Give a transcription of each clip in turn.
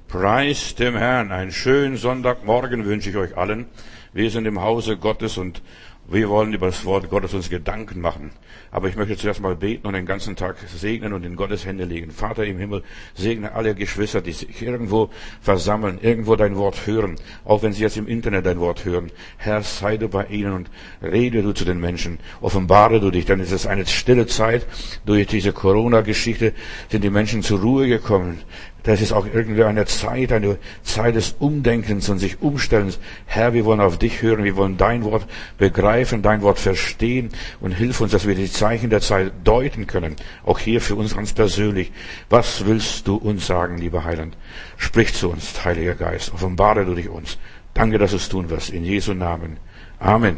Preis dem Herrn. Einen schönen Sonntagmorgen wünsche ich euch allen. Wir sind im Hause Gottes und wir wollen über das Wort Gottes uns Gedanken machen. Aber ich möchte zuerst mal beten und den ganzen Tag segnen und in Gottes Hände legen. Vater im Himmel, segne alle Geschwister, die sich irgendwo versammeln, irgendwo dein Wort hören. Auch wenn sie jetzt im Internet dein Wort hören. Herr, sei du bei ihnen und rede du zu den Menschen. Offenbare du dich, denn es ist eine stille Zeit. Durch diese Corona-Geschichte sind die Menschen zur Ruhe gekommen. Das ist auch irgendwie eine Zeit des Umdenkens und sich Umstellens. Herr, wir wollen auf dich hören, wir wollen dein Wort begreifen, dein Wort verstehen und hilf uns, dass wir die Zeichen der Zeit deuten können. Auch hier für uns ganz persönlich. Was willst du uns sagen, lieber Heiland? Sprich zu uns, Heiliger Geist. Offenbare du dich uns. Danke, dass du es tun wirst. In Jesu Namen. Amen.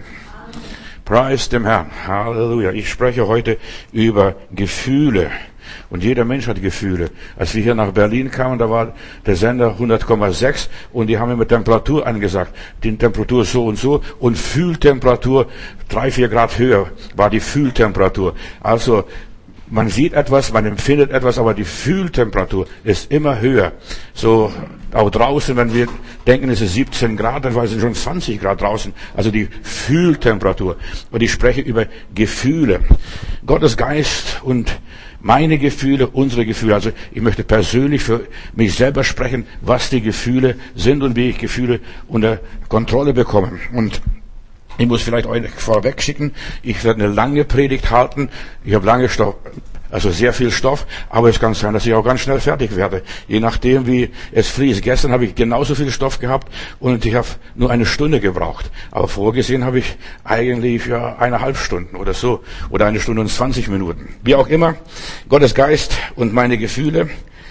Preis dem Herrn. Halleluja. Ich spreche heute über Gefühle. Und jeder Mensch hat Gefühle. Als wir hier nach Berlin kamen, da war der Sender 100,6 und die haben mir mit Temperatur angesagt. Die Temperatur so und Fühltemperatur 3-4 Grad höher war die Fühltemperatur. Also man sieht etwas, man empfindet etwas, aber die Fühltemperatur ist immer höher. So auch draußen, wenn wir denken, es ist 17 Grad, dann sind schon 20 Grad draußen. Also die Fühltemperatur. Und ich spreche über Gefühle. Gottes Geist und meine Gefühle, unsere Gefühle. Also ich möchte persönlich für mich selber sprechen, was die Gefühle sind und wie ich Gefühle unter Kontrolle bekomme. Und ich muss vielleicht euch vorweg schicken, ich werde eine lange Predigt halten. Ich habe lange Stoff, also sehr viel Stoff, aber es kann sein, dass ich auch ganz schnell fertig werde. Je nachdem, wie es fließt. Gestern habe ich genauso viel Stoff gehabt und ich habe nur eine Stunde gebraucht. Aber vorgesehen habe ich eigentlich 1,5 Stunden oder so. Oder 1 Stunde und 20 Minuten. Wie auch immer, Gottes Geist und meine Gefühle.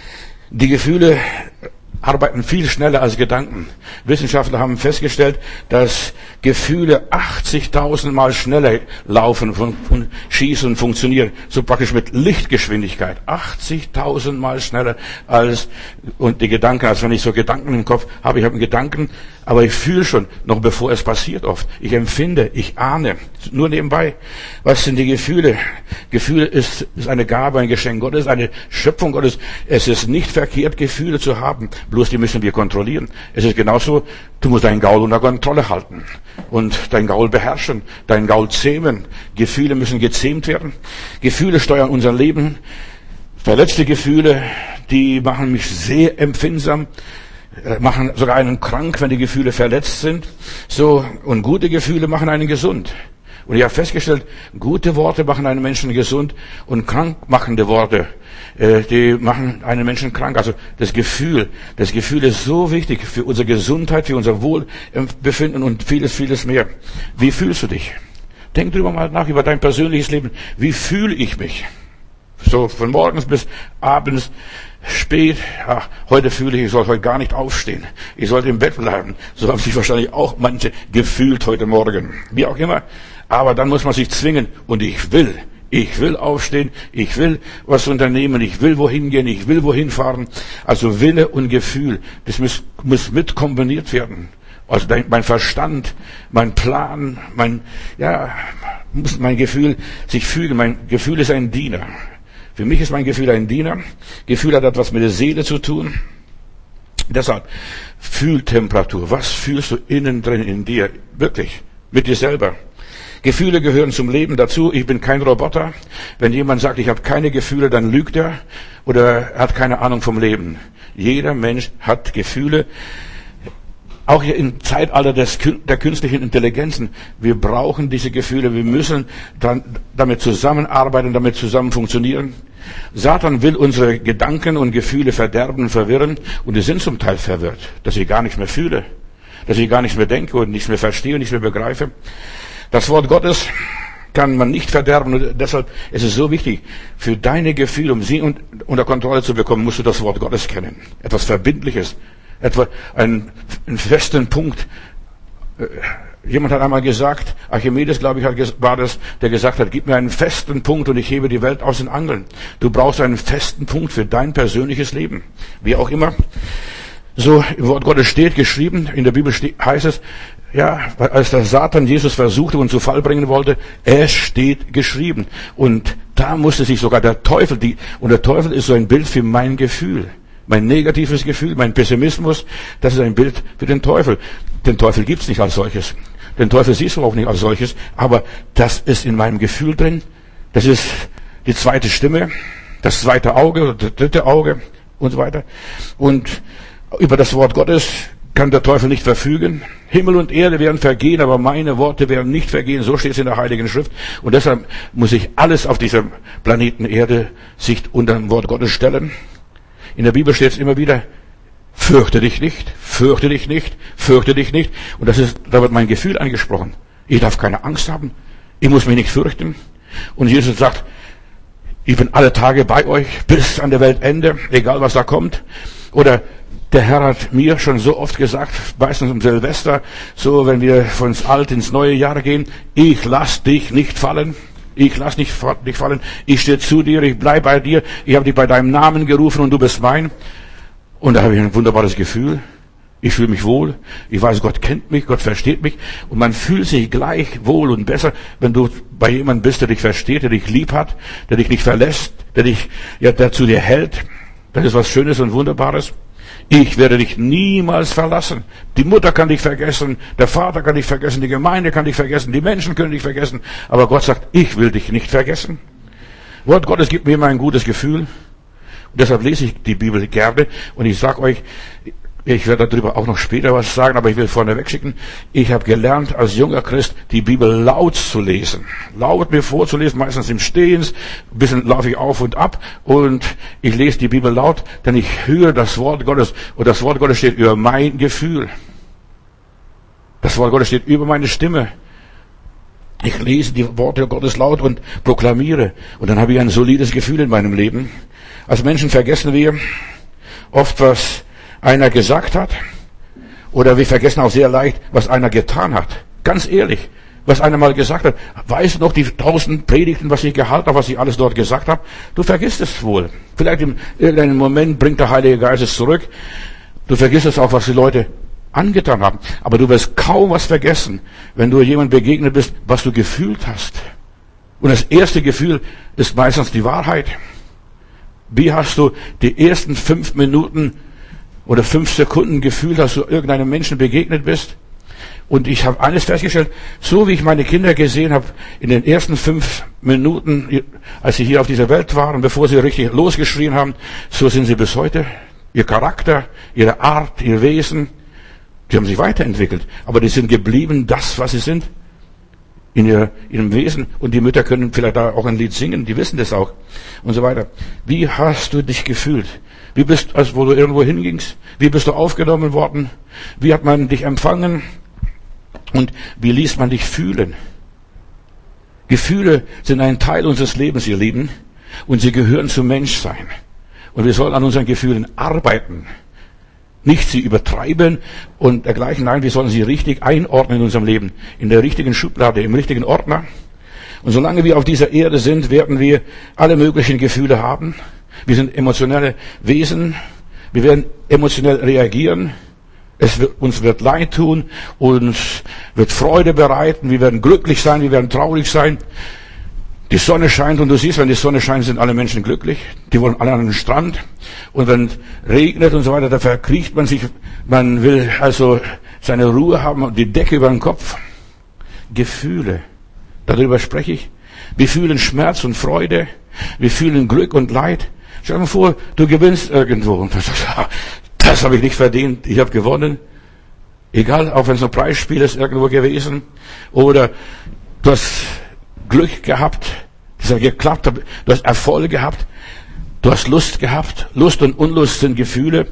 Die Gefühle arbeiten viel schneller als Gedanken. Wissenschaftler haben festgestellt, dass Gefühle 80.000 Mal schneller laufen und schießen und funktionieren. So praktisch mit Lichtgeschwindigkeit. 80.000 Mal schneller als und die Gedanken. Also wenn ich so Gedanken im Kopf habe, ich habe einen Gedanken, aber ich fühle schon, noch bevor es passiert oft. Ich empfinde, ich ahne. Nur nebenbei. Was sind die Gefühle? Gefühle ist eine Gabe, ein Geschenk Gottes, eine Schöpfung Gottes. Es ist nicht verkehrt, Gefühle zu haben. Bloß die müssen wir kontrollieren. Es ist genauso, du musst deinen Gaul unter Kontrolle halten und dein Gaul beherrschen, dein Gaul zähmen. Gefühle müssen gezähmt werden. Gefühle steuern unser Leben. Verletzte Gefühle, die machen mich sehr empfindsam, machen sogar einen krank, wenn die Gefühle verletzt sind. So, und gute Gefühle machen einen gesund. Und ich habe festgestellt, gute Worte machen einen Menschen gesund und krankmachende Worte, die machen einen Menschen krank. Also das Gefühl ist so wichtig für unsere Gesundheit, für unser Wohlbefinden und vieles, vieles mehr. Wie fühlst du dich? Denk drüber mal nach, über dein persönliches Leben. Wie fühle ich mich? So von morgens bis abends spät. Ach, heute fühle ich soll heute gar nicht aufstehen. Ich sollte im Bett bleiben. So haben sich wahrscheinlich auch manche gefühlt heute Morgen. Wie auch immer. Aber dann muss man sich zwingen. Und ich will aufstehen. Ich will was unternehmen. Ich will wohin gehen. Ich will wohin fahren. Also Wille und Gefühl. Das muss mit kombiniert werden. Also mein Verstand, mein Plan, muss mein Gefühl sich fügen. Mein Gefühl ist ein Diener. Für mich ist mein Gefühl ein Diener. Gefühl hat etwas mit der Seele zu tun. Deshalb, Fühltemperatur. Was fühlst du innen drin in dir? Wirklich. Mit dir selber. Gefühle gehören zum Leben dazu. Ich bin kein Roboter. Wenn jemand sagt, ich habe keine Gefühle, dann lügt er oder hat keine Ahnung vom Leben. Jeder Mensch hat Gefühle. Auch hier im Zeitalter der künstlichen Intelligenzen. Wir brauchen diese Gefühle. Wir müssen dann damit zusammenarbeiten, damit zusammen funktionieren. Satan will unsere Gedanken und Gefühle verderben und verwirren. Und die sind zum Teil verwirrt, dass ich gar nichts mehr fühle. Dass ich gar nichts mehr denke und nichts mehr verstehe und nichts mehr begreife. Das Wort Gottes kann man nicht verderben und deshalb ist es so wichtig, für deine Gefühle, um sie unter Kontrolle zu bekommen, musst du das Wort Gottes kennen. Etwas Verbindliches. Etwa einen festen Punkt. Jemand hat einmal gesagt, Archimedes, glaube ich, war das, der gesagt hat, gib mir einen festen Punkt und ich hebe die Welt aus den Angeln. Du brauchst einen festen Punkt für dein persönliches Leben. Wie auch immer. So im Wort Gottes steht geschrieben, in der Bibel heißt es, als der Satan Jesus versuchte und zu Fall bringen wollte, es steht geschrieben. Und da musste sich sogar der Teufel, und der Teufel ist so ein Bild für mein Gefühl. Mein negatives Gefühl, mein Pessimismus, das ist ein Bild für den Teufel. Den Teufel gibt's nicht als solches. Den Teufel siehst du auch nicht als solches. Aber das ist in meinem Gefühl drin. Das ist die zweite Stimme, das zweite Auge, oder das dritte Auge und so weiter. Und über das Wort Gottes kann der Teufel nicht verfügen. Himmel und Erde werden vergehen, aber meine Worte werden nicht vergehen. So steht es in der Heiligen Schrift. Und deshalb muss ich alles auf diesem Planeten Erde sich unter dem Wort Gottes stellen. In der Bibel steht es immer wieder, fürchte dich nicht, fürchte dich nicht, fürchte dich nicht. Und da wird mein Gefühl angesprochen. Ich darf keine Angst haben. Ich muss mich nicht fürchten. Und Jesus sagt, ich bin alle Tage bei euch bis an der Weltende, egal was da kommt. Oder der Herr hat mir schon so oft gesagt, meistens um Silvester, so wenn wir von ins Alte ins neue Jahr gehen, ich lass dich nicht fallen. Ich lass dich fallen. Ich stehe zu dir, ich bleib bei dir. Ich habe dich bei deinem Namen gerufen und du bist mein. Und da habe ich ein wunderbares Gefühl. Ich fühle mich wohl. Ich weiß, Gott kennt mich, Gott versteht mich. Und man fühlt sich gleich wohl und besser, wenn du bei jemandem bist, der dich versteht, der dich lieb hat, der dich nicht verlässt, der zu dir hält. Das ist was Schönes und Wunderbares. Ich werde dich niemals verlassen. Die Mutter kann dich vergessen, der Vater kann dich vergessen, die Gemeinde kann dich vergessen, die Menschen können dich vergessen. Aber Gott sagt, ich will dich nicht vergessen. Wort Gottes gibt mir immer ein gutes Gefühl. Und deshalb lese ich die Bibel gerne. Und ich sage euch, ich werde darüber auch noch später was sagen, aber ich will vorne wegschicken. Ich habe gelernt, als junger Christ die Bibel laut zu lesen. Laut mir vorzulesen, meistens im Stehens. Ein bisschen laufe ich auf und ab und ich lese die Bibel laut, denn ich höre das Wort Gottes. Und das Wort Gottes steht über mein Gefühl. Das Wort Gottes steht über meine Stimme. Ich lese die Worte Gottes laut und proklamiere. Und dann habe ich ein solides Gefühl in meinem Leben. Als Menschen vergessen wir oft, was einer gesagt hat, oder wir vergessen auch sehr leicht, was einer getan hat. Ganz ehrlich, was einer mal gesagt hat. Weißt du noch die 1000 Predigten, was ich gehalten habe, was ich alles dort gesagt habe? Du vergisst es wohl. Vielleicht in irgendeinem Moment bringt der Heilige Geist es zurück. Du vergisst es auch, was die Leute angetan haben. Aber du wirst kaum was vergessen, wenn du jemand begegnet bist, was du gefühlt hast. Und das erste Gefühl ist meistens die Wahrheit. Wie hast du die ersten 5 Minuten oder 5 Sekunden gefühlt, dass du irgendeinem Menschen begegnet bist? Und ich habe eines festgestellt, so wie ich meine Kinder gesehen habe, in den ersten 5 Minuten, als sie hier auf dieser Welt waren, bevor sie richtig losgeschrien haben, so sind sie bis heute. Ihr Charakter, ihre Art, ihr Wesen, die haben sich weiterentwickelt. Aber die sind geblieben, das, was sie sind, in ihrem Wesen. Und die Mütter können vielleicht da auch ein Lied singen, die wissen das auch. Und so weiter. Wie hast du dich gefühlt? Wie bist, als wo du irgendwo hingingst? Wie bist du aufgenommen worden? Wie hat man dich empfangen? Und wie ließ man dich fühlen? Gefühle sind ein Teil unseres Lebens, ihr Lieben. Und sie gehören zum Menschsein. Und wir sollen an unseren Gefühlen arbeiten. Nicht sie übertreiben und dergleichen. Nein, wir sollen sie richtig einordnen in unserem Leben. In der richtigen Schublade, im richtigen Ordner. Und solange wir auf dieser Erde sind, werden wir alle möglichen Gefühle haben. Wir sind emotionale Wesen. Wir werden emotionell reagieren. Uns wird leid tun. Uns wird Freude bereiten. Wir werden glücklich sein. Wir werden traurig sein. Die Sonne scheint und du siehst, wenn die Sonne scheint, sind alle Menschen glücklich. Die wollen alle an den Strand. Und wenn es regnet und so weiter, da verkriecht man sich. Man will also seine Ruhe haben und die Decke über den Kopf. Gefühle. Darüber spreche ich. Wir fühlen Schmerz und Freude. Wir fühlen Glück und Leid. Stell dir mal vor, du gewinnst irgendwo. Und das habe ich nicht verdient. Ich habe gewonnen. Egal, auch wenn es ein Preisspiel ist irgendwo gewesen. Oder du hast Glück gehabt. Das hat geklappt. Du hast Erfolg gehabt. Du hast Lust gehabt. Lust und Unlust sind Gefühle.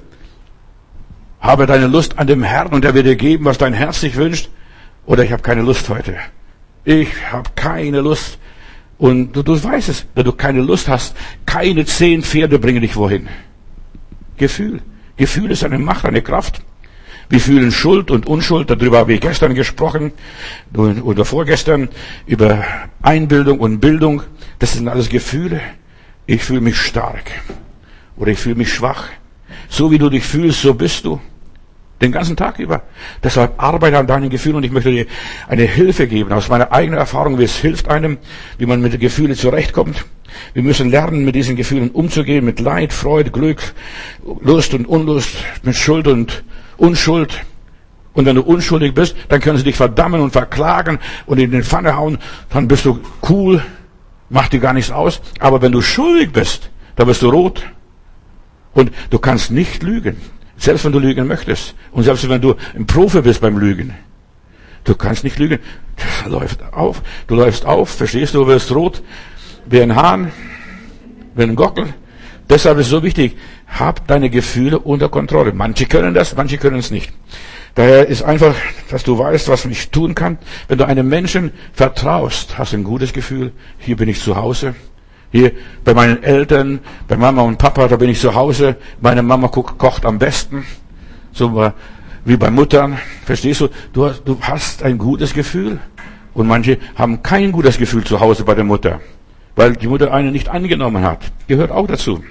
Habe deine Lust an dem Herrn und er wird dir geben, was dein Herz sich wünscht. Oder ich habe keine Lust heute. Ich habe keine Lust. Und du weißt es, wenn du keine Lust hast, keine 10 Pferde bringen dich wohin. Gefühl. Gefühl ist eine Macht, eine Kraft. Wir fühlen Schuld und Unschuld, darüber habe ich gestern gesprochen, oder vorgestern, über Einbildung und Bildung. Das sind alles Gefühle. Ich fühle mich stark. Oder ich fühle mich schwach. So wie du dich fühlst, so bist du. Den ganzen Tag über. Deshalb arbeite an deinen Gefühlen und ich möchte dir eine Hilfe geben aus meiner eigenen Erfahrung, wie es hilft einem, wie man mit den Gefühlen zurechtkommt. Wir müssen lernen, mit diesen Gefühlen umzugehen, mit Leid, Freude, Glück, Lust und Unlust, mit Schuld und Unschuld. Und wenn du unschuldig bist, dann können sie dich verdammen und verklagen und in den Pfanne hauen, dann bist du cool, macht dir gar nichts aus. Aber wenn du schuldig bist, dann bist du rot. Und du kannst nicht lügen. Selbst wenn du lügen möchtest. Und selbst wenn du ein Profi bist beim Lügen. Du kannst nicht lügen. Das läuft auf. Du läufst auf. Verstehst du? Du wirst rot. Wie ein Hahn. Wie ein Gockel. Deshalb ist es so wichtig. Hab deine Gefühle unter Kontrolle. Manche können das, manche können es nicht. Daher ist einfach, dass du weißt, was ich tun kann. Wenn du einem Menschen vertraust, hast du ein gutes Gefühl. Hier bin ich zu Hause. Hier bei meinen Eltern, bei Mama und Papa, da bin ich zu Hause. Meine Mama kocht am besten. So wie bei Muttern. Verstehst du? Du hast ein gutes Gefühl. Und manche haben kein gutes Gefühl zu Hause bei der Mutter. Weil die Mutter einen nicht angenommen hat. Gehört auch dazu.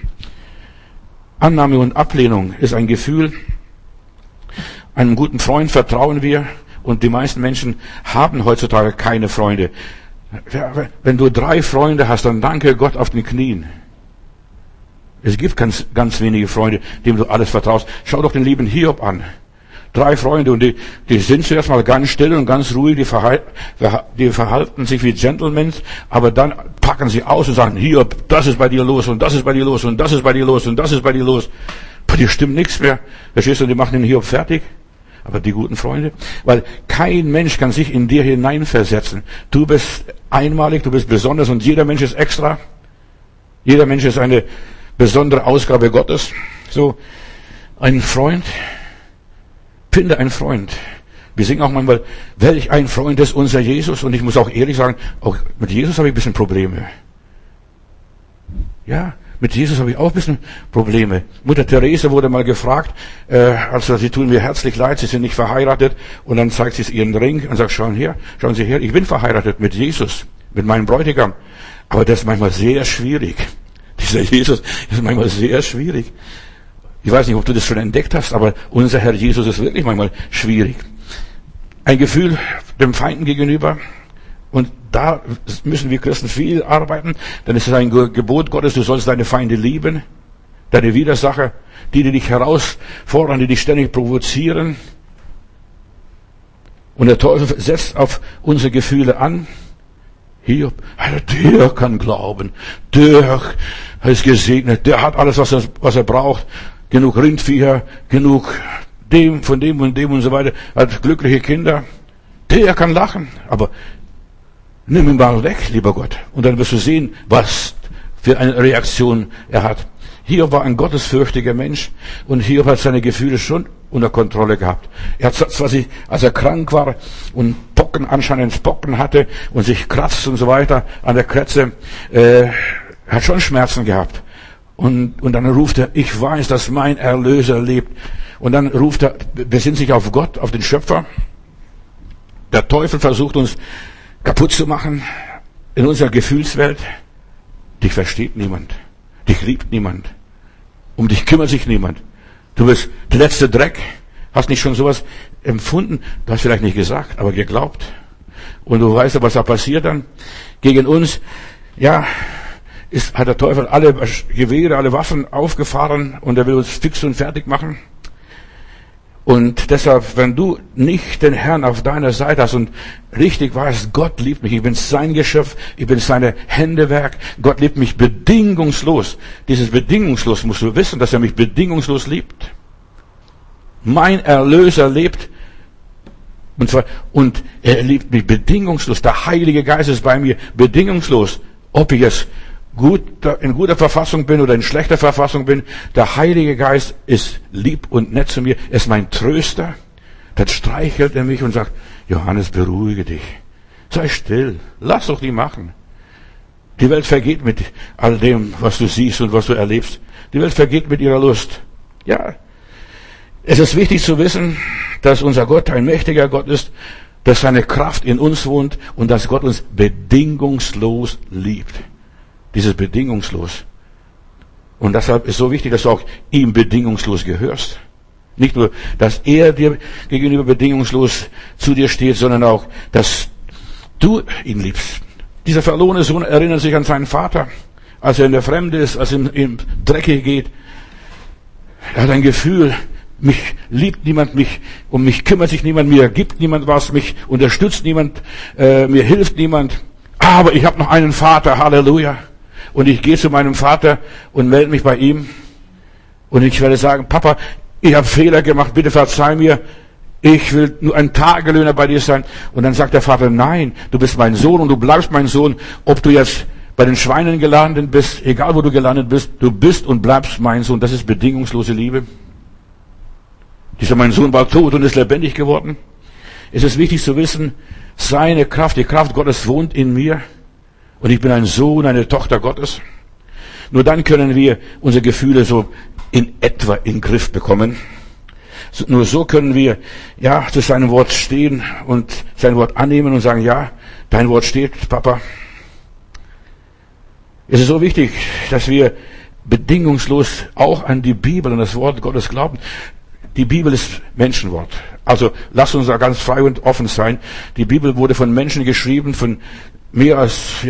Annahme und Ablehnung ist ein Gefühl. Einem guten Freund vertrauen wir. Und die meisten Menschen haben heutzutage keine Freunde. Wenn du 3 Freunde hast, dann danke Gott auf den Knien. Es gibt ganz wenige Freunde, denen du alles vertraust. Schau doch den lieben Hiob an. 3 Freunde und die sind zuerst mal ganz still und ganz ruhig, die verhalten sich wie Gentlemen, aber dann packen sie aus und sagen, Hiob, das ist bei dir los und das ist bei dir los und das ist bei dir los und das ist bei dir los. Bei dir stimmt nichts mehr. Verstehst du, die machen den Hiob fertig. Aber die guten Freunde, weil kein Mensch kann sich in dir hineinversetzen. Du bist einmalig, du bist besonders und jeder Mensch ist extra. Jeder Mensch ist eine besondere Ausgabe Gottes. So, ein Freund, finde einen Freund. Wir singen auch manchmal, welch ein Freund ist unser Jesus. Und ich muss auch ehrlich sagen, auch mit Jesus habe ich ein bisschen Probleme. Ja, mit Jesus habe ich auch ein bisschen Probleme. Mutter Therese wurde mal gefragt, also sie tun mir herzlich leid, sie sind nicht verheiratet. Und dann zeigt sie ihren Ring und sagt, schauen Sie her, ich bin verheiratet mit Jesus, mit meinem Bräutigam. Aber das ist manchmal sehr schwierig. Dieser Jesus ist manchmal sehr schwierig. Ich weiß nicht, ob du das schon entdeckt hast, aber unser Herr Jesus ist wirklich manchmal schwierig. Ein Gefühl dem Feinden gegenüber. Und da müssen wir Christen viel arbeiten, denn es ist ein Gebot Gottes, du sollst deine Feinde lieben, deine Widersacher, die dich herausfordern, die dich ständig provozieren. Und der Teufel setzt auf unsere Gefühle an. Hiob, der kann glauben, der ist gesegnet, der hat alles, was er braucht, genug Rindviecher, genug von dem und so weiter, hat glückliche Kinder, der kann lachen, aber nimm ihn mal weg, lieber Gott. Und dann wirst du sehen, was für eine Reaktion er hat. Hiob war ein gottesfürchtiger Mensch und Hiob hat seine Gefühle schon unter Kontrolle gehabt. Er hat zwar sich, als er krank war und anscheinend Pocken hatte und sich kratzt und so weiter an der Krätze, hat schon Schmerzen gehabt. Und dann ruft er, ich weiß, dass mein Erlöser lebt. Und dann ruft er, besinnt sich auf Gott, auf den Schöpfer. Der Teufel versucht uns kaputt zu machen in unserer Gefühlswelt. Dich versteht niemand. Dich liebt niemand. Um dich kümmert sich niemand. Du bist der letzte Dreck. Hast nicht schon sowas empfunden? Du hast vielleicht nicht gesagt, aber geglaubt. Und du weißt ja, was da passiert dann. Gegen uns, ja, hat der Teufel alle Gewehre, alle Waffen aufgefahren und er will uns fix und fertig machen. Und deshalb, wenn du nicht den Herrn auf deiner Seite hast und richtig weißt, Gott liebt mich, ich bin sein Geschöpf, ich bin seine Händewerk, Gott liebt mich bedingungslos. Dieses bedingungslos musst du wissen, dass er mich bedingungslos liebt. Mein Erlöser lebt, und er liebt mich bedingungslos. Der Heilige Geist ist bei mir bedingungslos. Ob ich jetzt in guter Verfassung bin oder in schlechter Verfassung bin, der Heilige Geist ist lieb und nett zu mir, er ist mein Tröster. Dann streichelt er mich und sagt, Johannes, beruhige dich. Sei still, lass doch die machen. Die Welt vergeht mit all dem, was du siehst und was du erlebst. Die Welt vergeht mit ihrer Lust. Ja, es ist wichtig zu wissen, dass unser Gott ein mächtiger Gott ist, dass seine Kraft in uns wohnt und dass Gott uns bedingungslos liebt. Dieses bedingungslos. Und deshalb ist so wichtig, dass du auch ihm bedingungslos gehörst. Nicht nur, dass er dir gegenüber bedingungslos zu dir steht, sondern auch, dass du ihn liebst. Dieser verlorene Sohn erinnert sich an seinen Vater, als er in der Fremde ist, als er im Drecke geht. Er hat ein Gefühl, mich liebt niemand, um mich kümmert sich niemand, mir gibt niemand was, mich unterstützt niemand, mir hilft niemand. Aber ich habe noch einen Vater, Halleluja. Und ich gehe zu meinem Vater und melde mich bei ihm. Und ich werde sagen, Papa, ich habe Fehler gemacht, bitte verzeih mir. Ich will nur ein Tagelöhner bei dir sein. Und dann sagt der Vater, nein, du bist mein Sohn und du bleibst mein Sohn, ob du jetzt bei den Schweinen gelandet bist, egal wo du gelandet bist, du bist und bleibst mein Sohn. Das ist bedingungslose Liebe. Dieser mein Sohn war tot und ist lebendig geworden. Es ist wichtig zu wissen, seine Kraft, die Kraft Gottes wohnt in mir. Und ich bin ein Sohn, eine Tochter Gottes. Nur dann können wir unsere Gefühle so in etwa in den Griff bekommen. Nur so können wir, zu seinem Wort stehen und sein Wort annehmen und sagen, ja, dein Wort steht, Papa. Es ist so wichtig, dass wir bedingungslos auch an die Bibel und das Wort Gottes glauben. Die Bibel ist Menschenwort. Also lasst uns da ganz frei und offen sein. Die Bibel wurde von Menschen geschrieben, von mehr als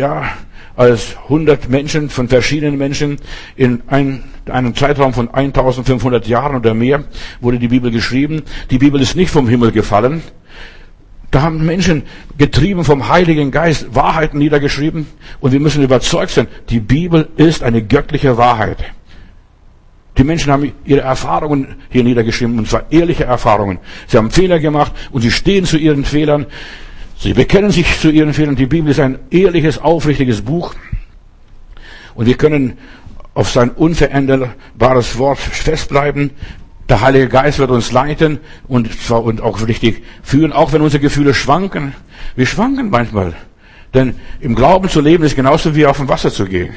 100 Menschen, von verschiedenen Menschen. In einem Zeitraum von 1500 Jahren oder mehr wurde die Bibel geschrieben. Die Bibel ist nicht vom Himmel gefallen. Da haben Menschen getrieben vom Heiligen Geist Wahrheiten niedergeschrieben. Und wir müssen überzeugt sein, die Bibel ist eine göttliche Wahrheit. Die Menschen haben ihre Erfahrungen hier niedergeschrieben, und zwar ehrliche Erfahrungen. Sie haben Fehler gemacht und sie stehen zu ihren Fehlern. Sie bekennen sich zu ihren Fehlern. Die Bibel ist ein ehrliches, aufrichtiges Buch. Und wir können auf sein unveränderbares Wort festbleiben. Der Heilige Geist wird uns leiten und auch richtig führen, auch wenn unsere Gefühle schwanken. Wir schwanken manchmal. Denn im Glauben zu leben ist genauso wie auf dem Wasser zu gehen.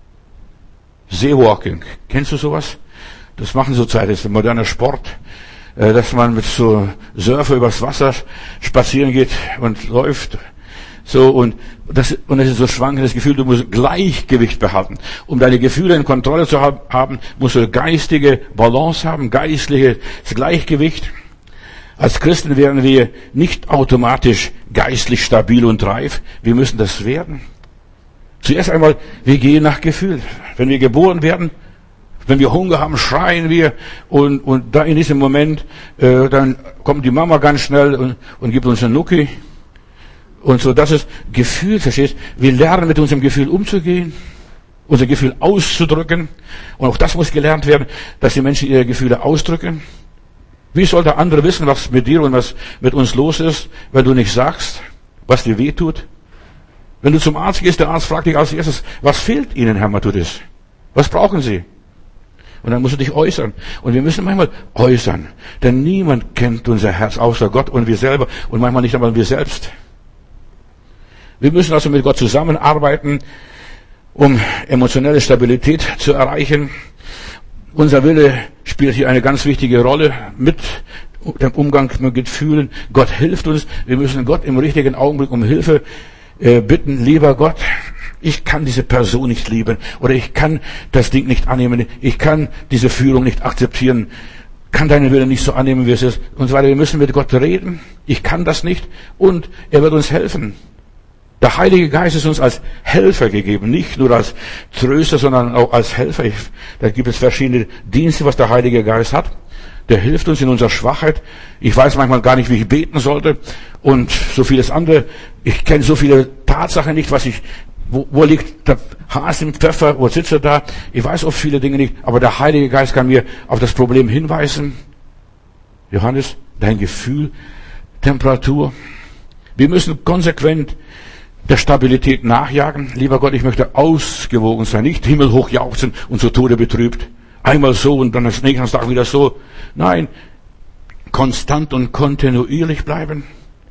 Seewalking. Kennst du sowas? Das machen zurzeit, das ist ein moderner Sport, dass man mit so Surfer übers Wasser spazieren geht und läuft. So, und das ist so schwankendes Gefühl, du musst Gleichgewicht behalten. Um deine Gefühle in Kontrolle zu haben, musst du geistige Balance haben, geistliches Gleichgewicht. Als Christen werden wir nicht automatisch geistlich stabil und reif. Wir müssen das werden. Zuerst einmal, wir gehen nach Gefühl. Wenn wir geboren werden, wenn wir Hunger haben, schreien wir und da in diesem Moment, dann kommt die Mama ganz schnell und gibt uns einen Nucki. Und so, das ist Gefühl, verstehst? Wir lernen mit unserem Gefühl umzugehen, unser Gefühl auszudrücken. Und auch das muss gelernt werden, dass die Menschen ihre Gefühle ausdrücken. Wie soll der andere wissen, was mit dir und was mit uns los ist, wenn du nicht sagst, was dir weh tut? Wenn du zum Arzt gehst, der Arzt fragt dich als erstes, was fehlt Ihnen, Herr Matthäus? Was brauchen Sie? Und dann musst du dich äußern. Und wir müssen manchmal äußern. Denn niemand kennt unser Herz außer Gott und wir selber. Und manchmal nicht einmal wir selbst. Wir müssen also mit Gott zusammenarbeiten, um emotionelle Stabilität zu erreichen. Unser Wille spielt hier eine ganz wichtige Rolle mit dem Umgang mit Gefühlen. Gott hilft uns. Wir müssen Gott im richtigen Augenblick um Hilfe bitten. Lieber Gott, ich kann diese Person nicht lieben oder ich kann das Ding nicht annehmen. Ich kann diese Führung nicht akzeptieren. Kann deinen Willen nicht so annehmen, wie es ist. Und so weiter. Wir müssen mit Gott reden. Ich kann das nicht. Und er wird uns helfen. Der Heilige Geist ist uns als Helfer gegeben, nicht nur als Tröster, sondern auch als Helfer. Da gibt es verschiedene Dienste, was der Heilige Geist hat. Der hilft uns in unserer Schwachheit. Ich weiß manchmal gar nicht, wie ich beten sollte und so vieles andere. Ich kenne so viele Tatsachen nicht, wo liegt der Hase im Pfeffer, wo sitzt er da? Ich weiß oft viele Dinge nicht, aber der Heilige Geist kann mir auf das Problem hinweisen. Johannes, dein Gefühl, Temperatur. Wir müssen konsequent der Stabilität nachjagen. Lieber Gott, ich möchte ausgewogen sein, nicht himmelhoch jauchzen und zu Tode betrübt. Einmal so und dann das nächste Tag wieder so. Nein, konstant und kontinuierlich bleiben.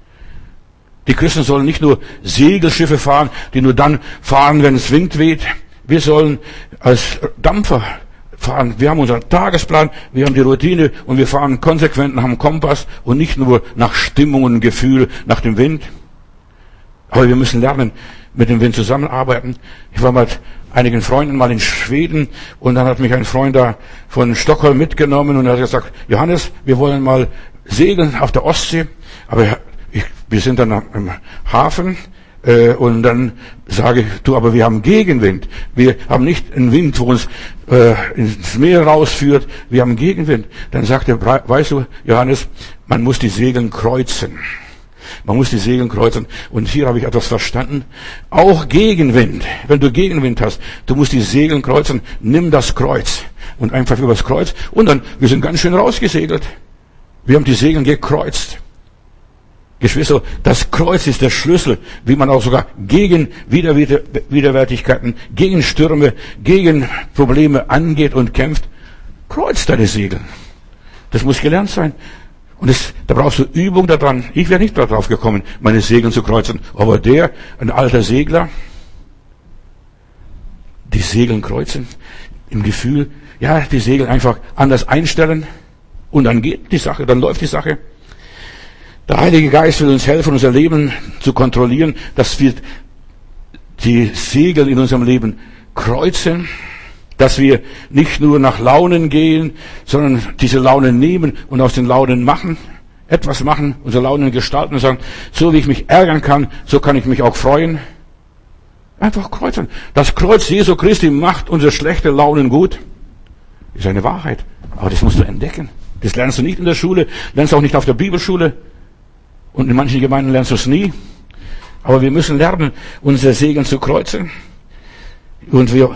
Die Christen sollen nicht nur Segelschiffe fahren, die nur dann fahren, wenn es Wind weht. Wir sollen als Dampfer fahren. Wir haben unseren Tagesplan, wir haben die Routine und wir fahren konsequent nach dem Kompass und nicht nur nach Stimmung und Gefühl, nach dem Wind. Aber wir müssen lernen, mit dem Wind zusammenarbeiten. Ich war mal einigen Freunden mal in Schweden und dann hat mich ein Freund da von Stockholm mitgenommen und er hat gesagt, Johannes, wir wollen mal segeln auf der Ostsee, aber wir sind dann im Hafen und dann sage ich, du, aber wir haben Gegenwind. Wir haben nicht einen Wind, wo uns ins Meer rausführt, wir haben Gegenwind. Dann sagt er, weißt du, Johannes, man muss die Segeln kreuzen. Man muss die Segeln kreuzen. Und hier habe ich etwas verstanden. Auch Gegenwind. Wenn du Gegenwind hast, du musst die Segeln kreuzen. Nimm das Kreuz. Und einfach übers Kreuz. Und dann, wir sind ganz schön rausgesegelt. Wir haben die Segeln gekreuzt. Geschwister, das Kreuz ist der Schlüssel, wie man auch sogar gegen Widerwärtigkeiten, gegen Stürme, gegen Probleme angeht und kämpft. Kreuz deine Segel. Das muss gelernt sein. Und da brauchst du Übung daran. Ich wäre nicht darauf gekommen, meine Segel zu kreuzen. Aber ein alter Segler, die Segel kreuzen, im Gefühl, ja, die Segel einfach anders einstellen. Und dann geht die Sache, dann läuft die Sache. Der Heilige Geist will uns helfen, unser Leben zu kontrollieren, dass wir die Segel in unserem Leben kreuzen, dass wir nicht nur nach Launen gehen, sondern diese Launen nehmen und aus den Launen etwas machen, unsere Launen gestalten und sagen, so wie ich mich ärgern kann, so kann ich mich auch freuen. Einfach kreuzen. Das Kreuz Jesu Christi macht unsere schlechte Launen gut. Das ist eine Wahrheit. Aber das musst du entdecken. Das lernst du nicht in der Schule, lernst du auch nicht auf der Bibelschule. Und in manchen Gemeinden lernst du es nie. Aber wir müssen lernen, unsere Segel zu kreuzen. Und wie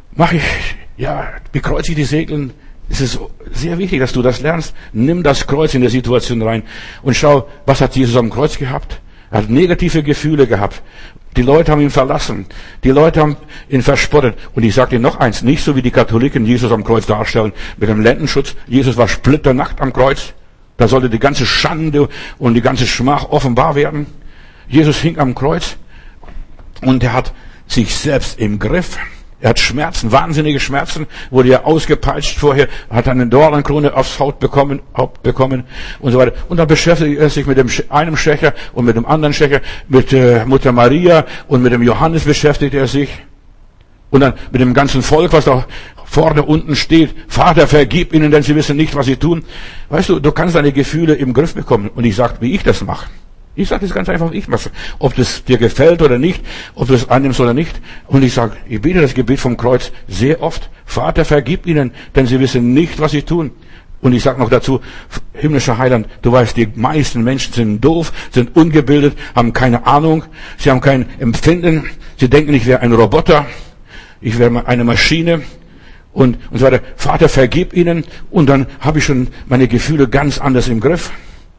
kreuze ich die Segel? Es ist sehr wichtig, dass du das lernst. Nimm das Kreuz in der Situation rein und schau, was hat Jesus am Kreuz gehabt? Er hat negative Gefühle gehabt. Die Leute haben ihn verlassen. Die Leute haben ihn verspottet. Und ich sage dir noch eins, nicht so wie die Katholiken Jesus am Kreuz darstellen, mit dem Lendenschutz. Jesus war splitternackt am Kreuz. Da sollte die ganze Schande und die ganze Schmach offenbar werden. Jesus hing am Kreuz und er hat sich selbst im Griff. Er hat Schmerzen, wahnsinnige Schmerzen, wurde ja ausgepeitscht vorher, hat eine Dornenkrone aufs Haupt bekommen und so weiter. Und dann beschäftigt er sich mit einem Schächer und mit dem anderen Schächer, mit Mutter Maria und mit dem Johannes beschäftigt er sich. Und dann mit dem ganzen Volk, was da vorne unten steht, Vater, vergib ihnen, denn sie wissen nicht, was sie tun. Weißt du, du kannst deine Gefühle im Griff bekommen. Und ich sage, wie ich das mache. Ich sage das ganz einfach, wie ich mache. Ob das dir gefällt oder nicht, ob du es annimmst oder nicht. Und ich sage, ich bete das Gebet vom Kreuz sehr oft. Vater, vergib ihnen, denn sie wissen nicht, was sie tun. Und ich sage noch dazu, himmlischer Heiland, du weißt, die meisten Menschen sind doof, sind ungebildet, haben keine Ahnung, sie haben kein Empfinden, sie denken, ich wäre ein Roboter, ich wäre eine Maschine und so weiter. Vater, vergib ihnen. Und dann habe ich schon meine Gefühle ganz anders im Griff.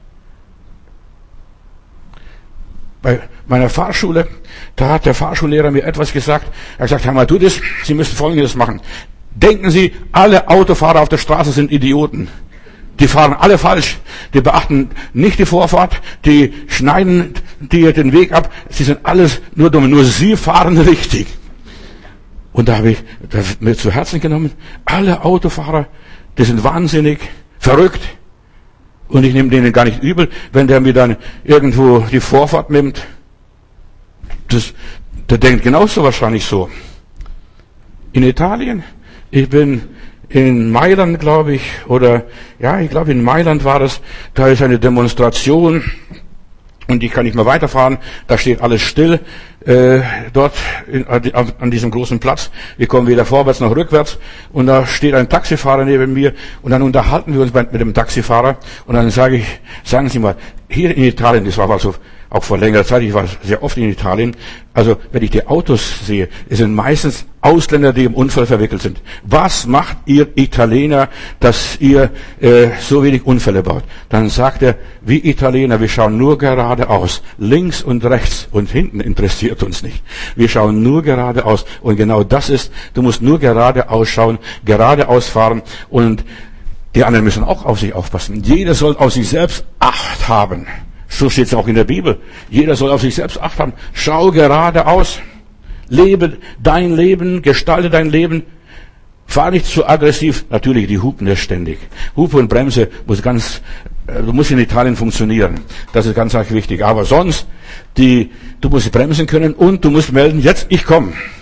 Bei meiner Fahrschule, da hat der Fahrschullehrer mir etwas gesagt. Er hat gesagt, Herr Matudis, Sie müssen Folgendes machen. Denken Sie, alle Autofahrer auf der Straße sind Idioten. Die fahren alle falsch. Die beachten nicht die Vorfahrt. Die schneiden dir den Weg ab. Sie sind alles nur dumm. Nur Sie fahren richtig. Und da habe ich das mir zu Herzen genommen. Alle Autofahrer, die sind wahnsinnig, verrückt. Und ich nehme denen gar nicht übel, wenn der mir dann irgendwo die Vorfahrt nimmt. Der denkt genauso wahrscheinlich so. In Italien, ich bin in Mailand, glaube ich, ich glaube in Mailand war es, da ist eine Demonstration und ich kann nicht mehr weiterfahren, da steht alles still, dort an diesem großen Platz. Wir kommen weder vorwärts noch rückwärts und da steht ein Taxifahrer neben mir und dann unterhalten wir uns mit dem Taxifahrer und dann sage ich, sagen Sie mal, hier in Italien, das war also auch vor längerer Zeit, ich war sehr oft in Italien, also wenn ich die Autos sehe, es sind meistens Ausländer, die im Unfall verwickelt sind. Was macht ihr Italiener, dass ihr so wenig Unfälle baut? Dann sagt er, wir Italiener, wir schauen nur geradeaus, links und rechts und hinten interessiert uns nicht. Wir schauen nur geradeaus und genau das ist, du musst nur geradeaus schauen, geradeaus fahren und die anderen müssen auch auf sich aufpassen. Jeder soll auf sich selbst Acht haben. So steht es auch in der Bibel. Jeder soll auf sich selbst Acht haben. Schau geradeaus. Lebe dein Leben, gestalte dein Leben. Fahr nicht zu aggressiv. Natürlich, die hupen ja ständig. Hupe und Bremse muss in Italien funktionieren. Das ist ganz arg wichtig. Aber sonst, du musst bremsen können und du musst melden, jetzt, ich komme.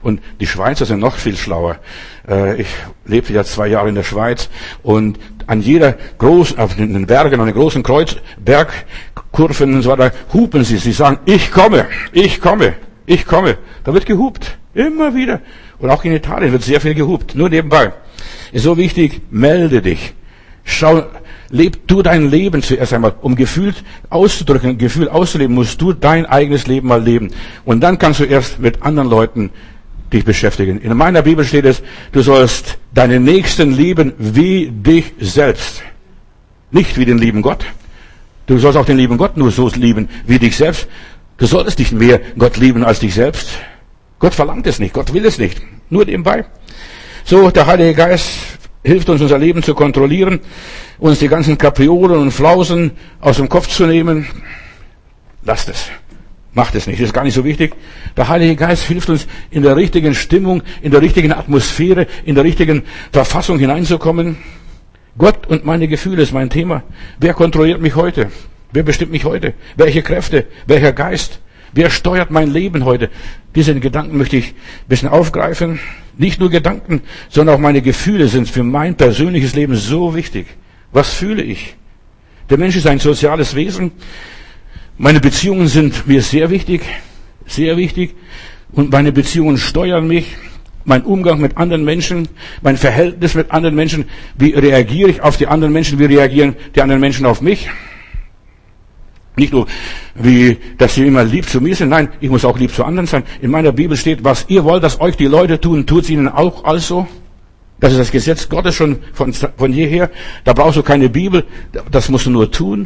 Und die Schweizer sind noch viel schlauer. Ich lebte ja 2 Jahre in der Schweiz und an jeder großen, auf den Bergen, an den großen Bergkurven und so weiter, hupen sie. Sie sagen, ich komme, ich komme, ich komme. Da wird gehupt. Immer wieder. Und auch in Italien wird sehr viel gehupt. Nur nebenbei. Ist so wichtig, melde dich. Schau, leb du dein Leben zuerst einmal. Um Gefühl auszudrücken, Gefühl auszuleben, musst du dein eigenes Leben mal leben. Und dann kannst du erst mit anderen Leuten dich beschäftigen. In meiner Bibel steht es, du sollst deinen Nächsten lieben wie dich selbst. Nicht wie den lieben Gott. Du sollst auch den lieben Gott nur so lieben wie dich selbst. Du solltest nicht mehr Gott lieben als dich selbst. Gott verlangt es nicht, Gott will es nicht. Nur nebenbei. So, der Heilige Geist hilft uns, unser Leben zu kontrollieren, uns die ganzen Kapriolen und Flausen aus dem Kopf zu nehmen. Lasst es. Macht es nicht, das ist gar nicht so wichtig. Der Heilige Geist hilft uns, in der richtigen Stimmung, in der richtigen Atmosphäre, in der richtigen Verfassung hineinzukommen. Gott und meine Gefühle ist mein Thema. Wer kontrolliert mich heute? Wer bestimmt mich heute? Welche Kräfte? Welcher Geist? Wer steuert mein Leben heute? Diese Gedanken möchte ich ein bisschen aufgreifen. Nicht nur Gedanken, sondern auch meine Gefühle sind für mein persönliches Leben so wichtig. Was fühle ich? Der Mensch ist ein soziales Wesen. Meine Beziehungen sind mir sehr wichtig. Und meine Beziehungen steuern mich. Mein Umgang mit anderen Menschen, mein Verhältnis mit anderen Menschen. Wie reagiere ich auf die anderen Menschen? Wie reagieren die anderen Menschen auf mich? Nicht nur, dass sie immer lieb zu mir sind. Nein, ich muss auch lieb zu anderen sein. In meiner Bibel steht, was ihr wollt, dass euch die Leute tun, tut's ihnen auch also. Das ist das Gesetz Gottes schon von jeher. Da brauchst du keine Bibel. Das musst du nur tun.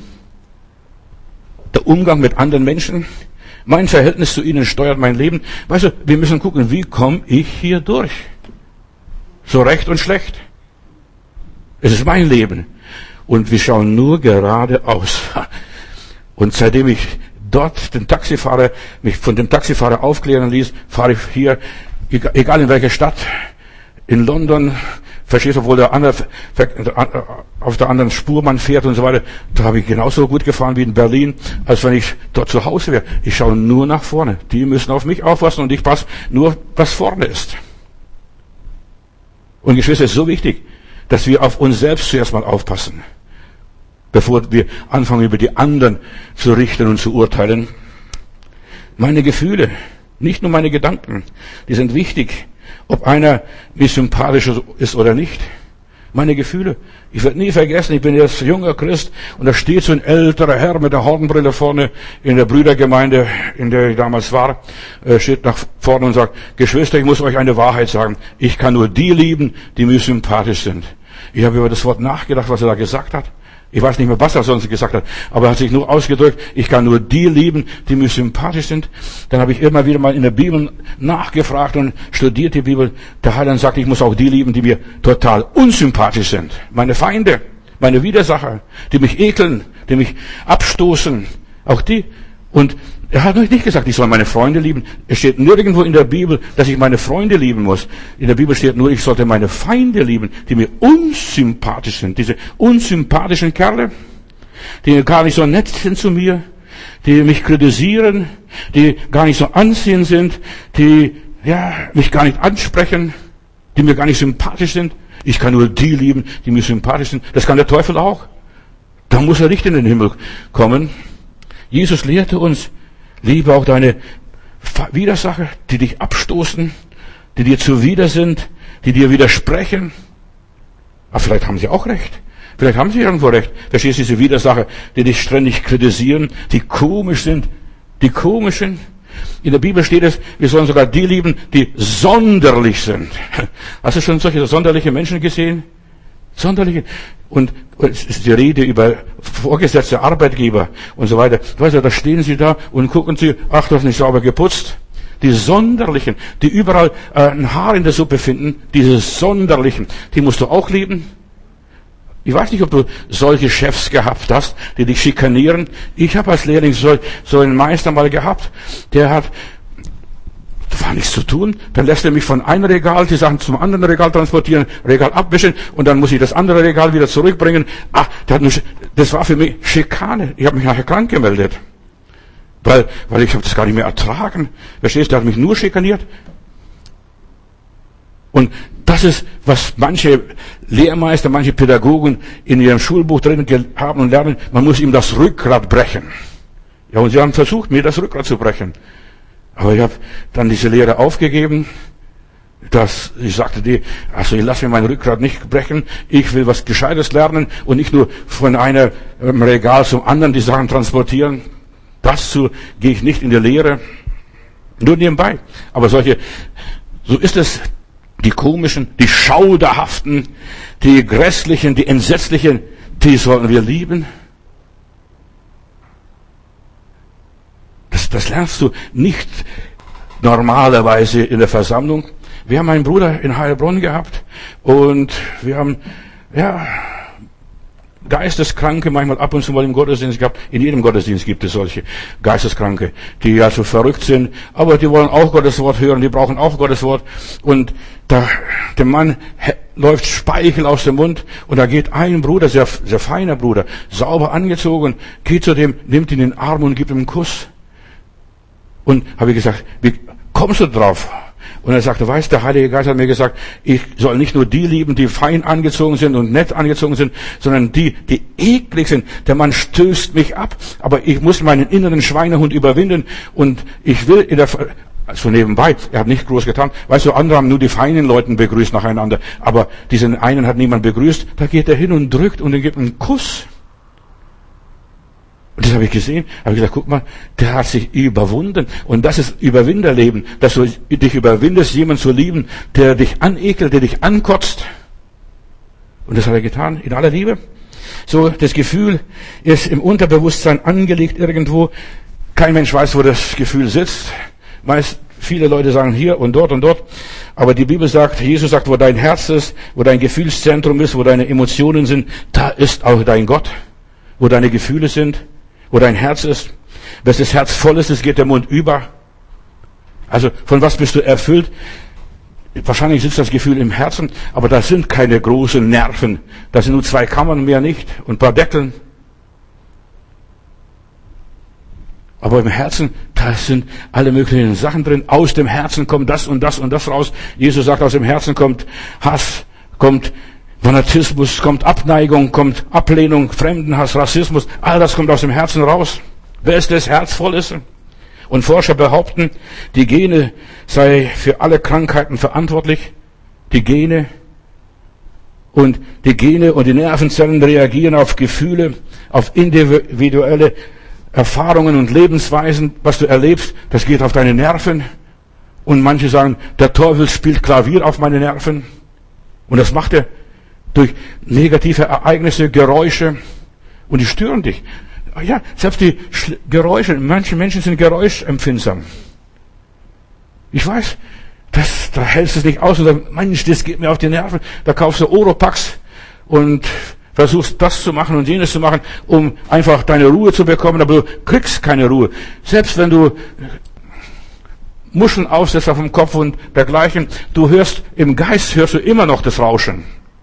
Der Umgang mit anderen Menschen. Mein Verhältnis zu ihnen steuert mein Leben. Weißt du, wir müssen gucken, wie komme ich hier durch? So recht und schlecht. Es ist mein Leben. Und wir schauen nur geradeaus. Und seitdem ich dort mich von dem Taxifahrer aufklären ließ, fahre ich hier, egal in welcher Stadt, in London, verstehst du, obwohl der andere auf der anderen Spur man fährt und so weiter, da habe ich genauso gut gefahren wie in Berlin, als wenn ich dort zu Hause wäre. Ich schaue nur nach vorne. Die müssen auf mich aufpassen und ich passe nur, was vorne ist. Und Geschwister, es ist so wichtig, dass wir auf uns selbst zuerst mal aufpassen, bevor wir anfangen, über die anderen zu richten und zu urteilen. Meine Gefühle, nicht nur meine Gedanken, die sind wichtig, ob einer mir sympathisch ist oder nicht. Meine Gefühle. Ich werde nie vergessen, ich bin jetzt junger Christ und da steht so ein älterer Herr mit der Hornbrille vorne in der Brüdergemeinde, in der ich damals war, steht nach vorne und sagt, Geschwister, ich muss euch eine Wahrheit sagen. Ich kann nur die lieben, die mir sympathisch sind. Ich habe über das Wort nachgedacht, was er da gesagt hat. Ich weiß nicht mehr, was er sonst gesagt hat, aber er hat sich nur ausgedrückt, ich kann nur die lieben, die mir sympathisch sind. Dann habe ich immer wieder mal in der Bibel nachgefragt und studiert die Bibel. Der Heiland sagt, ich muss auch die lieben, die mir total unsympathisch sind. Meine Feinde, meine Widersacher, die mich ekeln, die mich abstoßen, auch die. Und er hat nicht gesagt, ich soll meine Freunde lieben. Es steht nirgendwo in der Bibel, dass ich meine Freunde lieben muss. In der Bibel steht nur, ich sollte meine Feinde lieben, die mir unsympathisch sind. Diese unsympathischen Kerle, die gar nicht so nett sind zu mir, die mich kritisieren, die gar nicht so anziehend sind, die mich gar nicht ansprechen, die mir gar nicht sympathisch sind. Ich kann nur die lieben, die mir sympathisch sind. Das kann der Teufel auch. Da muss er nicht in den Himmel kommen. Jesus lehrte uns, liebe auch deine Widersacher, die dich abstoßen, die dir zuwider sind, die dir widersprechen. Aber vielleicht haben sie auch recht. Vielleicht haben sie irgendwo recht. Verstehst du, diese Widersacher, die dich ständig kritisieren, die komisch sind, die komischen. In der Bibel steht es, wir sollen sogar die lieben, die sonderlich sind. Hast du schon solche sonderliche Menschen gesehen? Sonderliche. Und es ist die Rede über vorgesetzte Arbeitgeber und so weiter. Weißt du, da stehen sie da und gucken sie, ach, das ist nicht sauber geputzt. Die Sonderlichen, die überall ein Haar in der Suppe finden, diese Sonderlichen, die musst du auch lieben. Ich weiß nicht, ob du solche Chefs gehabt hast, die dich schikanieren. Ich habe als Lehrling so einen Meister mal gehabt, der war nichts zu tun. Dann lässt er mich von einem Regal die Sachen zum anderen Regal transportieren, Regal abwischen und dann muss ich das andere Regal wieder zurückbringen. Das war für mich Schikane. Ich habe mich nachher krank gemeldet. Weil ich habe das gar nicht mehr ertragen. Verstehst du, der hat mich nur schikaniert. Und das ist, was manche Lehrmeister, manche Pädagogen in ihrem Schulbuch drin haben und lernen. Man muss ihm das Rückgrat brechen. Ja, und sie haben versucht, mir das Rückgrat zu brechen. Aber ich habe dann diese Lehre aufgegeben. Ich sagte, ich lasse mir mein Rückgrat nicht brechen. Ich will was Gescheites lernen und nicht nur von einem Regal zum anderen die Sachen transportieren. Dazu gehe ich nicht in die Lehre. Nur nebenbei. Aber so ist es. Die komischen, die schauderhaften, die grässlichen, die entsetzlichen, die sollen wir lieben. Das lernst du nicht normalerweise in der Versammlung. Wir haben einen Bruder in Heilbronn gehabt und wir haben, Geisteskranke manchmal ab und zu mal im Gottesdienst gehabt. In jedem Gottesdienst gibt es solche Geisteskranke, die also verrückt sind, aber die wollen auch Gottes Wort hören, die brauchen auch Gottes Wort. Und dem Mann läuft Speichel aus dem Mund und da geht ein Bruder, sehr, sehr feiner Bruder, sauber angezogen, geht zu dem, nimmt ihn in den Arm und gibt ihm einen Kuss. Und habe ich gesagt, wie kommst du drauf? Und er sagte, weißt, der Heilige Geist hat mir gesagt, ich soll nicht nur die lieben, die fein angezogen sind und nett angezogen sind, sondern die eklig sind. Der Mann stößt mich ab, aber ich muss meinen inneren Schweinehund überwinden und ich will also nebenbei, er hat nicht groß getan. Weißt du, andere haben nur die feinen Leuten begrüßt nacheinander, aber diesen einen hat niemand begrüßt. Da geht er hin und drückt und er gibt einen Kuss. Und das habe ich gesehen, habe ich gesagt, guck mal, der hat sich überwunden. Und das ist Überwinderleben, dass du dich überwindest, jemanden zu lieben, der dich anekelt, der dich ankotzt. Und das hat er getan, in aller Liebe. So, das Gefühl ist im Unterbewusstsein angelegt irgendwo. Kein Mensch weiß, wo das Gefühl sitzt. Viele Leute sagen hier und dort und dort. Aber die Bibel sagt, Jesus sagt, wo dein Herz ist, wo dein Gefühlszentrum ist, wo deine Emotionen sind, da ist auch dein Gott. Wo deine Gefühle sind, wo dein Herz ist. Wenn das Herz voll ist, geht der Mund über. Also von was bist du erfüllt? Wahrscheinlich sitzt das Gefühl im Herzen, aber da sind keine großen Nerven. Da sind nur 2 Kammern, mehr nicht, und ein paar Deckeln. Aber im Herzen, da sind alle möglichen Sachen drin. Aus dem Herzen kommt das und das und das raus. Jesus sagt, aus dem Herzen kommt Hass, kommt Fanatismus, kommt Abneigung, kommt Ablehnung, Fremdenhass, Rassismus. All das kommt aus dem Herzen raus. Wer ist das Herz voll ist? Und Forscher behaupten, die Gene sei für alle Krankheiten verantwortlich. Die Gene und die Nervenzellen reagieren auf Gefühle, auf individuelle Erfahrungen und Lebensweisen. Was du erlebst, das geht auf deine Nerven. Und manche sagen, der Teufel spielt Klavier auf meine Nerven. Und das macht er durch negative Ereignisse, Geräusche. Und die stören dich. Ja, selbst die Geräusche, manche Menschen sind geräuschempfindsam. Ich weiß, da hältst du es nicht aus und sagst, Mensch, das geht mir auf die Nerven. Da kaufst du Oropax und versuchst das zu machen und jenes zu machen, um einfach deine Ruhe zu bekommen, aber du kriegst keine Ruhe. Selbst wenn du Muscheln aufsetzt auf dem Kopf und dergleichen, im Geist hörst du immer noch das Rauschen.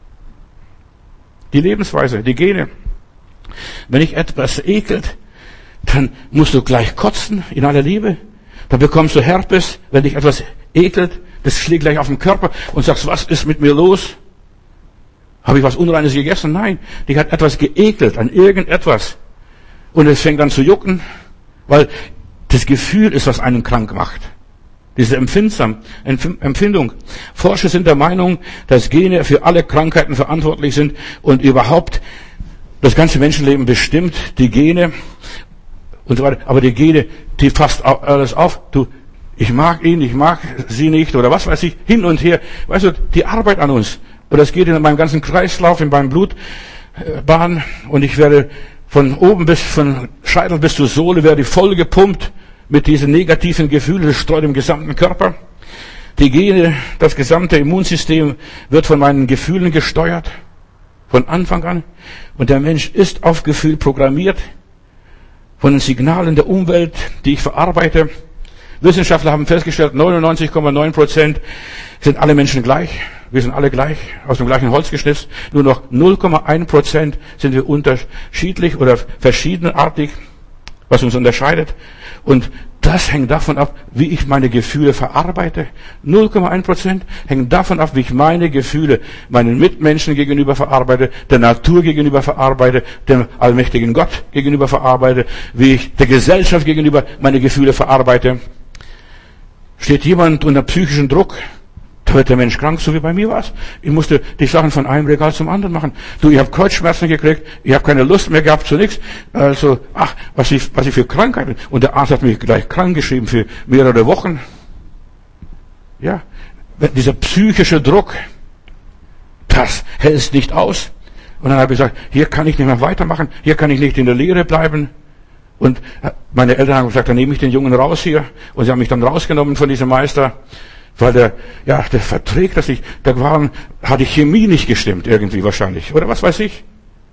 Die Lebensweise, die Gene. Wenn dich etwas ekelt, dann musst du gleich kotzen, in aller Liebe. Dann bekommst du Herpes, wenn dich etwas ekelt, das schlägt gleich auf den Körper und sagst, was ist mit mir los? Habe ich was Unreines gegessen? Nein, dich hat etwas geekelt an irgendetwas. Und es fängt an zu jucken, weil das Gefühl ist, was einen krank macht. Diese Empfindung. Forscher sind der Meinung, dass Gene für alle Krankheiten verantwortlich sind und überhaupt das ganze Menschenleben bestimmt, die Gene und so weiter. Aber die Gene, die fasst alles auf. Ich mag ihn, ich mag sie nicht oder was weiß ich, hin und her. Weißt du, die Arbeit an uns. Und das geht in meinem ganzen Kreislauf, in meinem Blutbahn und ich werde von Scheitel bis zur Sohle werde ich voll gepumpt mit diesen negativen Gefühlen, das streut im gesamten Körper. Die Gene, das gesamte Immunsystem wird von meinen Gefühlen gesteuert. Von Anfang an. Und der Mensch ist auf Gefühl programmiert. Von den Signalen der Umwelt, die ich verarbeite. Wissenschaftler haben festgestellt, 99,9% sind alle Menschen gleich. Wir sind alle gleich, aus dem gleichen Holz geschnitzt. Nur noch 0,1% sind wir unterschiedlich oder verschiedenartig, was uns unterscheidet. Und das hängt davon ab, wie ich meine Gefühle verarbeite. 0,1% hängt davon ab, wie ich meine Gefühle meinen Mitmenschen gegenüber verarbeite, der Natur gegenüber verarbeite, dem allmächtigen Gott gegenüber verarbeite, wie ich der Gesellschaft gegenüber meine Gefühle verarbeite. Steht jemand unter psychischen Druck, da wird der Mensch krank, so wie bei mir war es. Ich musste die Sachen von einem Regal zum anderen machen. Du, ich habe Kreuzschmerzen gekriegt, ich habe keine Lust mehr gehabt zu nichts. Also, was ich für Krankheit bin. Und der Arzt hat mich gleich krank geschrieben für mehrere Wochen. Ja, dieser psychische Druck, das hält nicht aus. Und dann habe ich gesagt, hier kann ich nicht mehr weitermachen, hier kann ich nicht in der Lehre bleiben. Und meine Eltern haben gesagt, dann nehme ich den Jungen raus hier. Und sie haben mich dann rausgenommen von diesem Meister. Weil der verträgt das nicht. Hat die Chemie nicht gestimmt, irgendwie wahrscheinlich. Oder was weiß ich.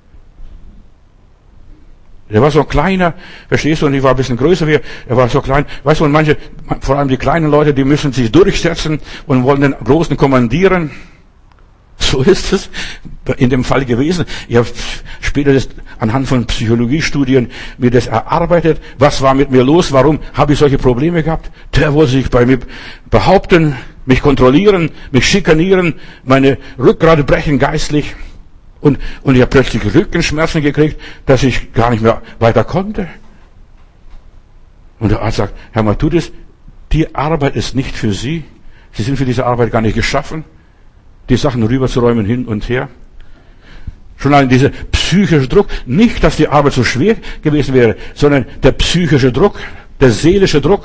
Der war so kleiner, verstehst du, und ich war ein bisschen größer wie er war so klein. Weißt du, und manche, vor allem die kleinen Leute, die müssen sich durchsetzen und wollen den Großen kommandieren. So ist es in dem Fall gewesen. Ich habe später das anhand von Psychologiestudien mir das erarbeitet. Was war mit mir los? Warum habe ich solche Probleme gehabt? Der wollte sich bei mir behaupten, mich kontrollieren, mich schikanieren, meine Rückgrat brechen geistlich. Und ich habe plötzlich Rückenschmerzen gekriegt, dass ich gar nicht mehr weiter konnte. Und der Arzt sagt, Herr Matthäus, die Arbeit ist nicht für Sie. Sie sind für diese Arbeit gar nicht geschaffen, die Sachen rüberzuräumen hin und her. Schon allein dieser psychische Druck, nicht, dass die Arbeit so schwer gewesen wäre, sondern der psychische Druck, der seelische Druck.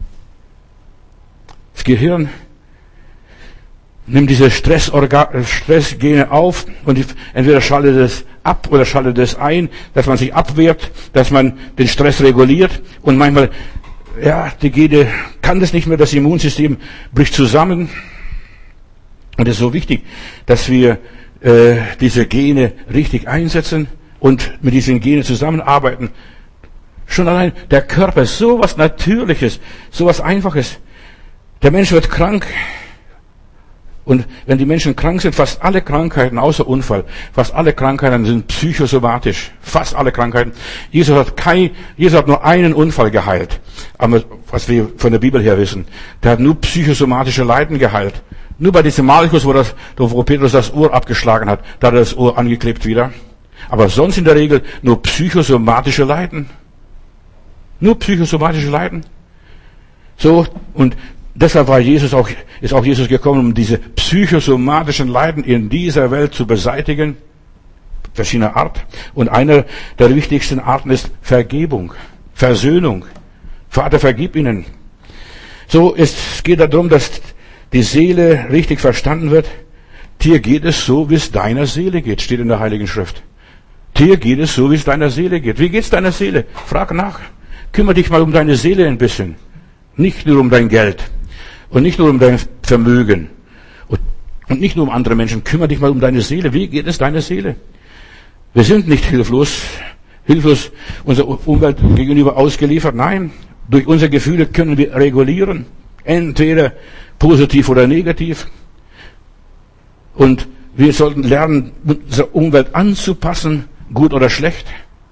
Das Gehirn nimmt diese Stressgene auf und entweder schaltet es ab oder schaltet es ein, dass man sich abwehrt, dass man den Stress reguliert und manchmal, die Gene kann das nicht mehr, das Immunsystem bricht zusammen. Und es ist so wichtig, dass wir diese Gene richtig einsetzen und mit diesen Genen zusammenarbeiten. Schon allein der Körper ist so was Natürliches, so was Einfaches. Der Mensch wird krank. Und wenn die Menschen krank sind, fast alle Krankheiten, außer Unfall, fast alle Krankheiten sind psychosomatisch. Fast alle Krankheiten. Jesus hat nur einen Unfall geheilt. Aber was wir von der Bibel her wissen. Der hat nur psychosomatische Leiden geheilt. Nur bei diesem Malchus, wo Petrus das Ohr abgeschlagen hat, da hat er das Ohr angeklebt wieder. Aber sonst in der Regel nur psychosomatische Leiden. Nur psychosomatische Leiden. So, und deshalb ist auch Jesus gekommen, um diese psychosomatischen Leiden in dieser Welt zu beseitigen. Verschiedener Art. Und eine der wichtigsten Arten ist Vergebung. Versöhnung. Vater, vergib ihnen. So, es geht darum, dass die Seele richtig verstanden wird. Dir geht es so, wie es deiner Seele geht, steht in der Heiligen Schrift. Dir geht es so, wie es deiner Seele geht. Wie geht's deiner Seele? Frag nach. Kümmere dich mal um deine Seele ein bisschen. Nicht nur um dein Geld. Und nicht nur um dein Vermögen. Und nicht nur um andere Menschen. Kümmere dich mal um deine Seele. Wie geht es deiner Seele? Wir sind nicht hilflos unserer Umwelt gegenüber ausgeliefert. Nein, durch unsere Gefühle können wir regulieren. Entweder positiv oder negativ. Und wir sollten lernen, unsere Umwelt anzupassen, gut oder schlecht.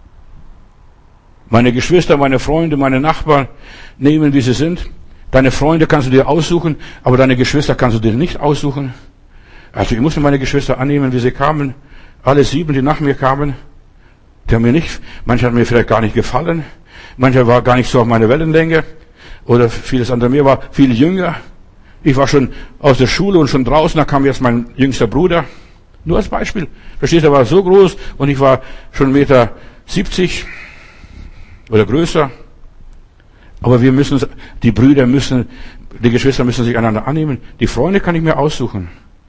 Meine Geschwister, meine Freunde, meine Nachbarn nehmen, wie sie sind. Deine Freunde kannst du dir aussuchen, aber deine Geschwister kannst du dir nicht aussuchen. Also ich musste meine Geschwister annehmen, wie sie kamen. Alle 7, die nach mir kamen, manche haben mir vielleicht gar nicht gefallen, manche war gar nicht so auf meine Wellenlänge oder vieles andere. Mir war viel jünger. Ich war schon aus der Schule und schon draußen, da kam jetzt mein jüngster Bruder. Nur als Beispiel. Verstehst du, er war so groß und ich war schon 1,70 Meter oder größer. Aber die Geschwister müssen sich einander annehmen. Die Freunde kann ich mir aussuchen.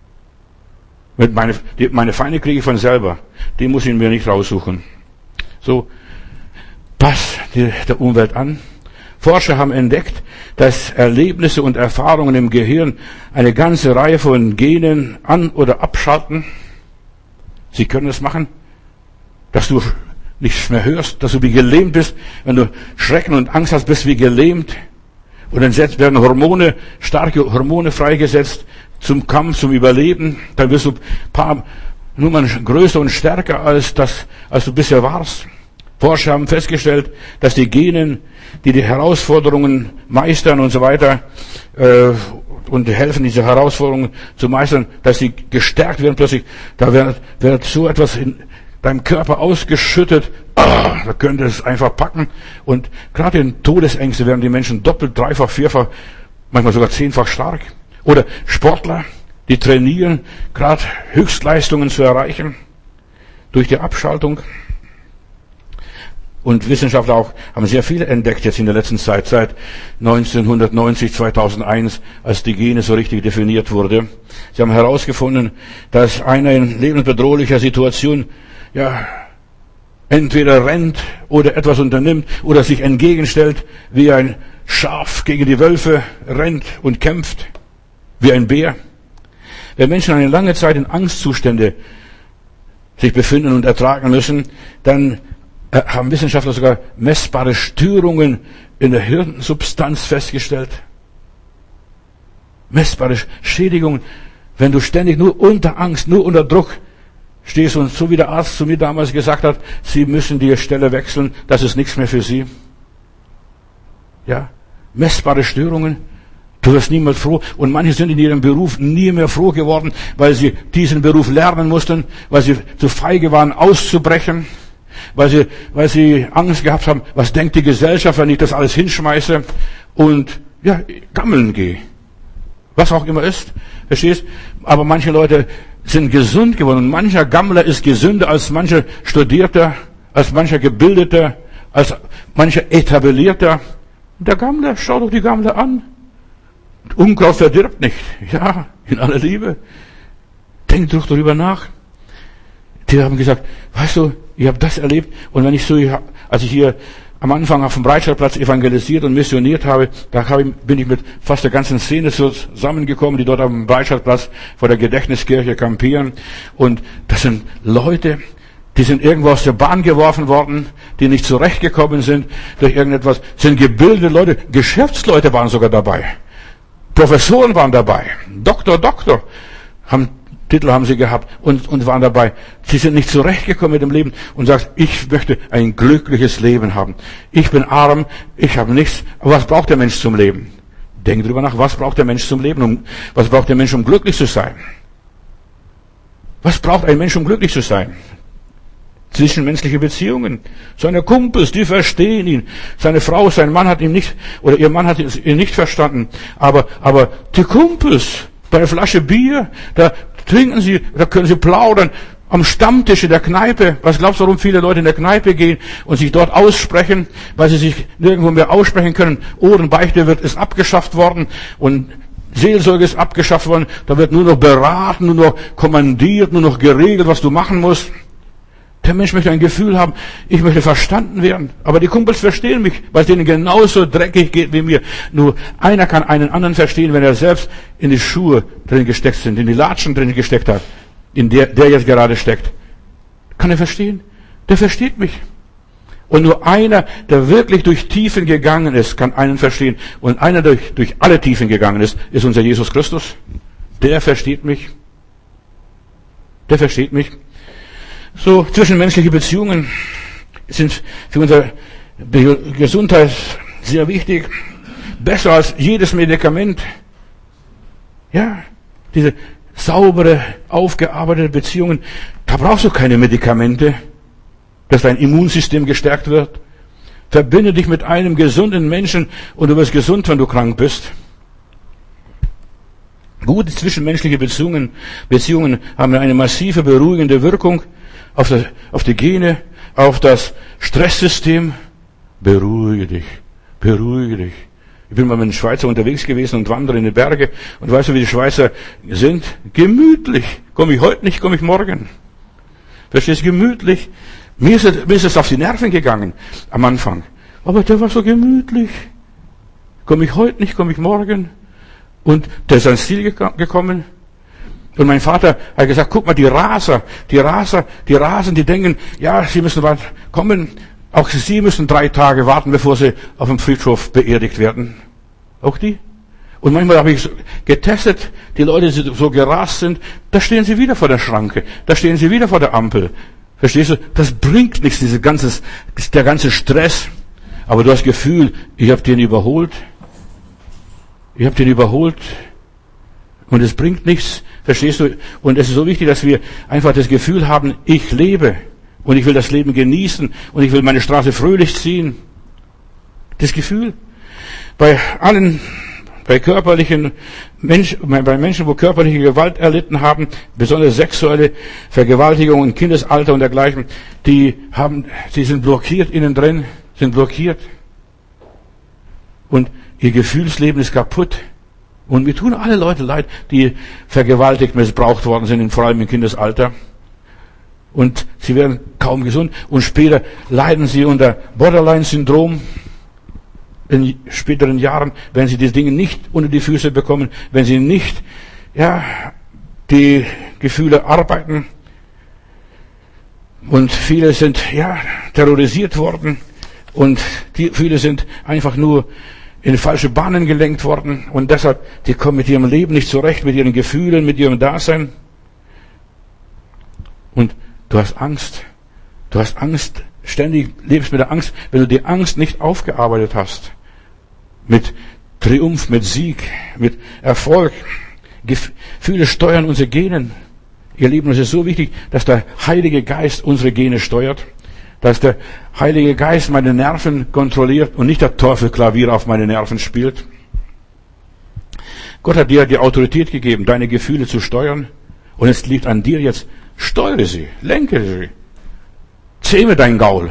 Meine Feinde kriege ich von selber. Die muss ich mir nicht raussuchen. So, pass der Umwelt an. Forscher haben entdeckt, dass Erlebnisse und Erfahrungen im Gehirn eine ganze Reihe von Genen an- oder abschalten. Sie können es machen, dass du nichts mehr hörst, dass du wie gelähmt bist. Wenn du Schrecken und Angst hast, bist du wie gelähmt. Und dann werden starke Hormone freigesetzt zum Kampf, zum Überleben. Dann wirst du Nummern größer und stärker als du bisher warst. Forscher haben festgestellt, dass die Genen, die die Herausforderungen meistern und so weiter, und helfen, diese Herausforderungen zu meistern, dass sie gestärkt werden plötzlich. Da wird so etwas in deinem Körper ausgeschüttet. Da könnte es einfach packen. Und gerade in Todesängste werden die Menschen doppelt, dreifach, vierfach, manchmal sogar 10-fach stark. Oder Sportler, die trainieren, gerade Höchstleistungen zu erreichen durch die Abschaltung. Und Wissenschaftler auch haben sehr viel entdeckt jetzt in der letzten Zeit, seit 1990, 2001, als die Gene so richtig definiert wurde. Sie haben herausgefunden, dass einer in lebensbedrohlicher Situation, entweder rennt oder etwas unternimmt oder sich entgegenstellt, wie ein Schaf gegen die Wölfe rennt und kämpft, wie ein Bär. Wenn Menschen eine lange Zeit in Angstzustände sich befinden und ertragen müssen, dann haben Wissenschaftler sogar messbare Störungen in der Hirnsubstanz festgestellt. Messbare Schädigungen, wenn du ständig nur unter Angst, nur unter Druck stehst und so wie der Arzt zu mir damals gesagt hat, Sie müssen die Stelle wechseln, das ist nichts mehr für Sie. Ja, messbare Störungen. Du wirst niemals froh. Und manche sind in ihrem Beruf nie mehr froh geworden, weil sie diesen Beruf lernen mussten, weil sie zu feige waren, auszubrechen. Weil sie Angst gehabt haben, was denkt die Gesellschaft, wenn ich das alles hinschmeiße und gammeln gehe. Was auch immer ist, verstehst? Aber manche Leute sind gesund geworden und mancher Gammler ist gesünder als mancher Studierter, als mancher Gebildeter, als mancher Etablierter. Der Gammler, schau doch die Gammler an. Unkraut verdirbt nicht. Ja, in aller Liebe. Denk doch darüber nach. Die haben gesagt, weißt du, ich habe das erlebt und wenn ich als ich hier am Anfang auf dem Breitscheidplatz evangelisiert und missioniert habe, bin ich mit fast der ganzen Szene zusammengekommen, die dort auf dem Breitscheidplatz vor der Gedächtniskirche kampieren. Und das sind Leute, die sind irgendwo aus der Bahn geworfen worden, die nicht zurechtgekommen sind durch irgendetwas, sind gebildete Leute, Geschäftsleute waren sogar dabei, Professoren waren dabei, Doktor, Titel haben sie gehabt und waren dabei. Sie sind nicht zurechtgekommen mit dem Leben und sagst, ich möchte ein glückliches Leben haben. Ich bin arm, ich habe nichts. Aber was braucht der Mensch zum Leben? Denk drüber nach, was braucht der Mensch zum Leben? Was braucht der Mensch, um glücklich zu sein? Was braucht ein Mensch, um glücklich zu sein? Zwischenmenschliche Beziehungen. Seine Kumpels, die verstehen ihn. Seine Frau, sein Mann hat ihn nicht, oder ihr Mann hat ihn nicht verstanden. Aber die Kumpels, bei einer Flasche Bier, da trinken sie, da können sie plaudern. Am Stammtisch in der Kneipe. Was glaubst du, warum viele Leute in der Kneipe gehen und sich dort aussprechen? Weil sie sich nirgendwo mehr aussprechen können. Ohrenbeichte ist abgeschafft worden und Seelsorge ist abgeschafft worden. Da wird nur noch beraten, nur noch kommandiert, nur noch geregelt, was du machen musst. Der Mensch möchte ein Gefühl haben, ich möchte verstanden werden. Aber die Kumpels verstehen mich, weil es denen genauso dreckig geht wie mir. Nur einer kann einen anderen verstehen, wenn er selbst in die Schuhe drin gesteckt sind, in die Latschen drin gesteckt hat, in der jetzt gerade steckt. Kann er verstehen? Der versteht mich. Und nur einer, der wirklich durch Tiefen gegangen ist, kann einen verstehen. Und einer, der durch alle Tiefen gegangen ist unser Jesus Christus. Der versteht mich. Der versteht mich. So, zwischenmenschliche Beziehungen sind für unsere Gesundheit sehr wichtig. Besser als jedes Medikament. Ja, diese saubere, aufgearbeitete Beziehungen, da brauchst du keine Medikamente, dass dein Immunsystem gestärkt wird. Verbinde dich mit einem gesunden Menschen und du wirst gesund, wenn du krank bist. Gute zwischenmenschliche Beziehungen haben eine massive beruhigende Wirkung auf die Gene, auf das Stresssystem. Beruhige dich. Ich bin mal mit einem Schweizer unterwegs gewesen und wandere in die Berge. Und weißt du, wie die Schweizer sind? Gemütlich. Komme ich heute nicht, komme ich morgen. Verstehst du? Gemütlich. Mir ist es auf die Nerven gegangen am Anfang. Aber der war so gemütlich. Komme ich heute nicht, komme ich morgen. Und der ist ans Ziel gekommen. Und mein Vater hat gesagt, guck mal, die Rasen, die denken, ja, sie müssen kommen. Auch sie müssen 3 Tage warten, bevor sie auf dem Friedhof beerdigt werden. Auch die. Und manchmal habe ich getestet, die Leute, die so gerast sind, da stehen sie wieder vor der Schranke, da stehen sie wieder vor der Ampel. Verstehst du? Das bringt nichts, der ganze Stress. Aber du hast das Gefühl, ich habe den überholt. Ich habe den überholt. Und es bringt nichts. Verstehst du? Und es ist so wichtig, dass wir einfach das Gefühl haben, ich lebe. Und ich will das Leben genießen. Und ich will meine Straße fröhlich ziehen. Das Gefühl. Bei Menschen, wo körperliche Gewalt erlitten haben, besonders sexuelle Vergewaltigung im Kindesalter und dergleichen, die sind blockiert innen drin, sind blockiert. Und ihr Gefühlsleben ist kaputt. Und mir tun alle Leute leid, die vergewaltigt, missbraucht worden sind, vor allem im Kindesalter. Und sie werden kaum gesund. Und später leiden sie unter Borderline-Syndrom. In späteren Jahren, wenn sie diese Dinge nicht unter die Füße bekommen, wenn sie nicht, die Gefühle arbeiten. Und viele sind, terrorisiert worden. Und viele sind einfach nur in falsche Bahnen gelenkt worden. Und deshalb, die kommen mit ihrem Leben nicht zurecht, mit ihren Gefühlen, mit ihrem Dasein. Und du hast Angst. Du hast Angst. Ständig lebst mit der Angst, wenn du die Angst nicht aufgearbeitet hast. Mit Triumph, mit Sieg, mit Erfolg. Gefühle steuern unsere Gene. Ihr Lieben, es ist so wichtig, dass der Heilige Geist unsere Gene steuert. Dass der Heilige Geist meine Nerven kontrolliert und nicht der Teufel Klavier auf meine Nerven spielt. Gott hat dir die Autorität gegeben, deine Gefühle zu steuern. Und es liegt an dir jetzt, steuere sie, lenke sie. Zähme dein Gaul.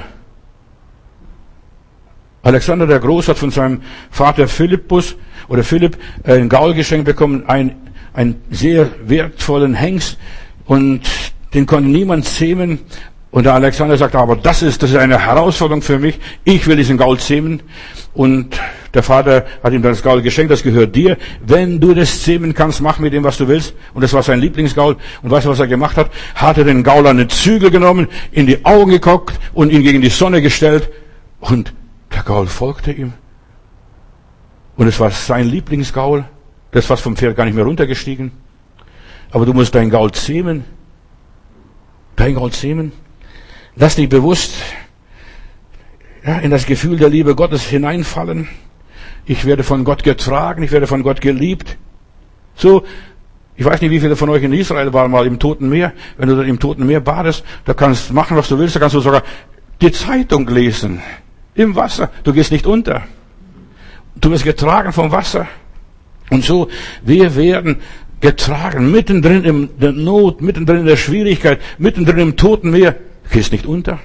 Alexander der Große hat von seinem Vater Philipp ein Gaul geschenkt bekommen, einen sehr wertvollen Hengst, und den konnte niemand zähmen. Und der Alexander sagt, aber das ist eine Herausforderung für mich. Ich will diesen Gaul zähmen. Und der Vater hat ihm das Gaul geschenkt, das gehört dir. Wenn du das zähmen kannst, mach mit dem, was du willst. Und das war sein Lieblingsgaul. Und weißt du, was er gemacht hat? Hat er den Gaul an den Zügel genommen, in die Augen geguckt und ihn gegen die Sonne gestellt. Und der Gaul folgte ihm. Und es war sein Lieblingsgaul. Das war vom Pferd gar nicht mehr runtergestiegen. Aber du musst deinen Gaul zähmen. Dein Gaul zähmen. Lass dich bewusst in das Gefühl der Liebe Gottes hineinfallen. Ich werde von Gott getragen, ich werde von Gott geliebt. So, ich weiß nicht, wie viele von euch in Israel waren mal im Toten Meer. Wenn du dann im Toten Meer badest, da kannst du machen, was du willst, da kannst du sogar die Zeitung lesen. Im Wasser. Du gehst nicht unter. Du wirst getragen vom Wasser. Und so, wir werden getragen, mittendrin in der Not, mittendrin in der Schwierigkeit, mittendrin im Toten Meer. Du gehst nicht unter.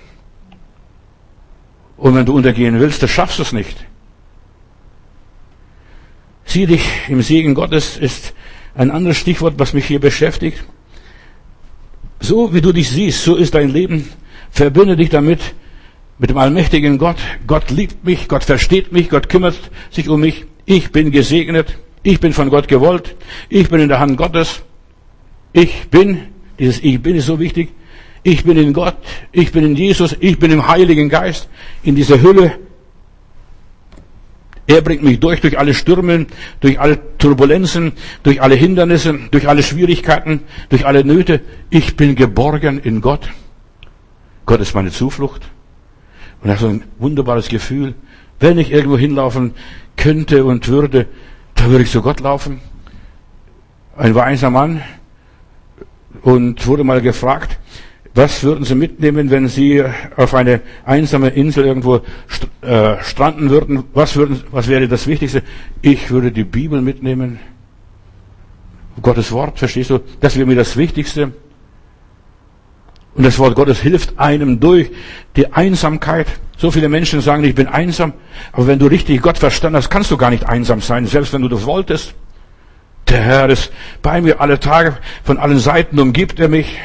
Und wenn du untergehen willst, dann schaffst du es nicht. Sieh dich im Segen Gottes ist ein anderes Stichwort, was mich hier beschäftigt. So wie du dich siehst, so ist dein Leben. Verbinde dich damit, mit dem allmächtigen Gott. Gott liebt mich, Gott versteht mich, Gott kümmert sich um mich. Ich bin gesegnet, ich bin von Gott gewollt, ich bin in der Hand Gottes. Dieses Ich bin ist so wichtig. Ich bin in Gott, ich bin in Jesus, ich bin im Heiligen Geist, in dieser Hülle. Er bringt mich durch alle Stürme, durch alle Turbulenzen, durch alle Hindernisse, durch alle Schwierigkeiten, durch alle Nöte. Ich bin geborgen in Gott. Gott ist meine Zuflucht. Und das ist ein wunderbares Gefühl. Wenn ich irgendwo hinlaufen könnte und würde, da würde ich zu Gott laufen. Ein weiser Mann und wurde mal gefragt, was würden Sie mitnehmen, wenn Sie auf eine einsame Insel irgendwo stranden würden? Was wäre das Wichtigste? Ich würde die Bibel mitnehmen. Gottes Wort, verstehst du? Das wäre mir das Wichtigste. Und das Wort Gottes hilft einem durch die Einsamkeit. So viele Menschen sagen, ich bin einsam. Aber wenn du richtig Gott verstanden hast, kannst du gar nicht einsam sein, selbst wenn du das wolltest. Der Herr ist bei mir alle Tage, von allen Seiten umgibt er mich.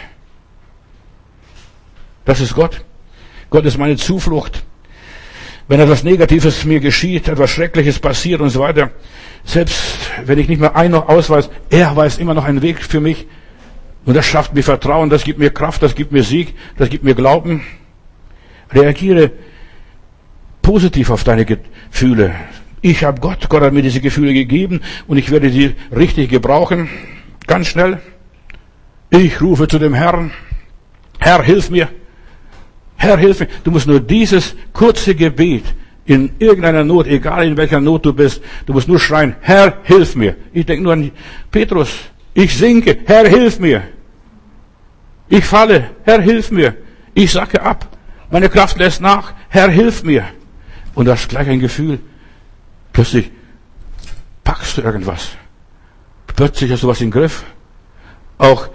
Das ist Gott. Gott ist meine Zuflucht. Wenn etwas Negatives mir geschieht, etwas Schreckliches passiert und so weiter, selbst wenn ich nicht mehr ein noch ausweise, er weiß immer noch einen Weg für mich. Und das schafft mir Vertrauen, das gibt mir Kraft, das gibt mir Sieg, das gibt mir Glauben. Reagiere positiv auf deine Gefühle. Ich habe Gott hat mir diese Gefühle gegeben und ich werde sie richtig gebrauchen. Ganz schnell. Ich rufe zu dem Herrn. Herr, hilf mir. Herr, hilf mir. Du musst nur dieses kurze Gebet in irgendeiner Not, egal in welcher Not du bist, du musst nur schreien, Herr, hilf mir. Ich denke nur an Petrus. Ich sinke, Herr, hilf mir. Ich falle, Herr, hilf mir. Ich sacke ab. Meine Kraft lässt nach. Herr, hilf mir. Und das ist gleich ein Gefühl. Plötzlich packst du irgendwas. Plötzlich hast du was im Griff. Auch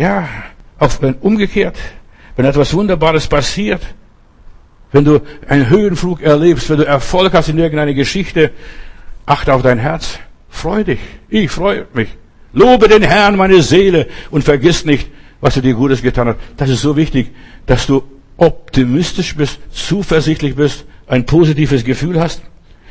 wenn umgekehrt, wenn etwas Wunderbares passiert, wenn du einen Höhenflug erlebst, wenn du Erfolg hast in irgendeiner Geschichte, achte auf dein Herz. Freu dich. Ich freue mich. Lobe den Herrn, meine Seele, und vergiss nicht, was er dir Gutes getan hat. Das ist so wichtig, dass du optimistisch bist, zuversichtlich bist, ein positives Gefühl hast.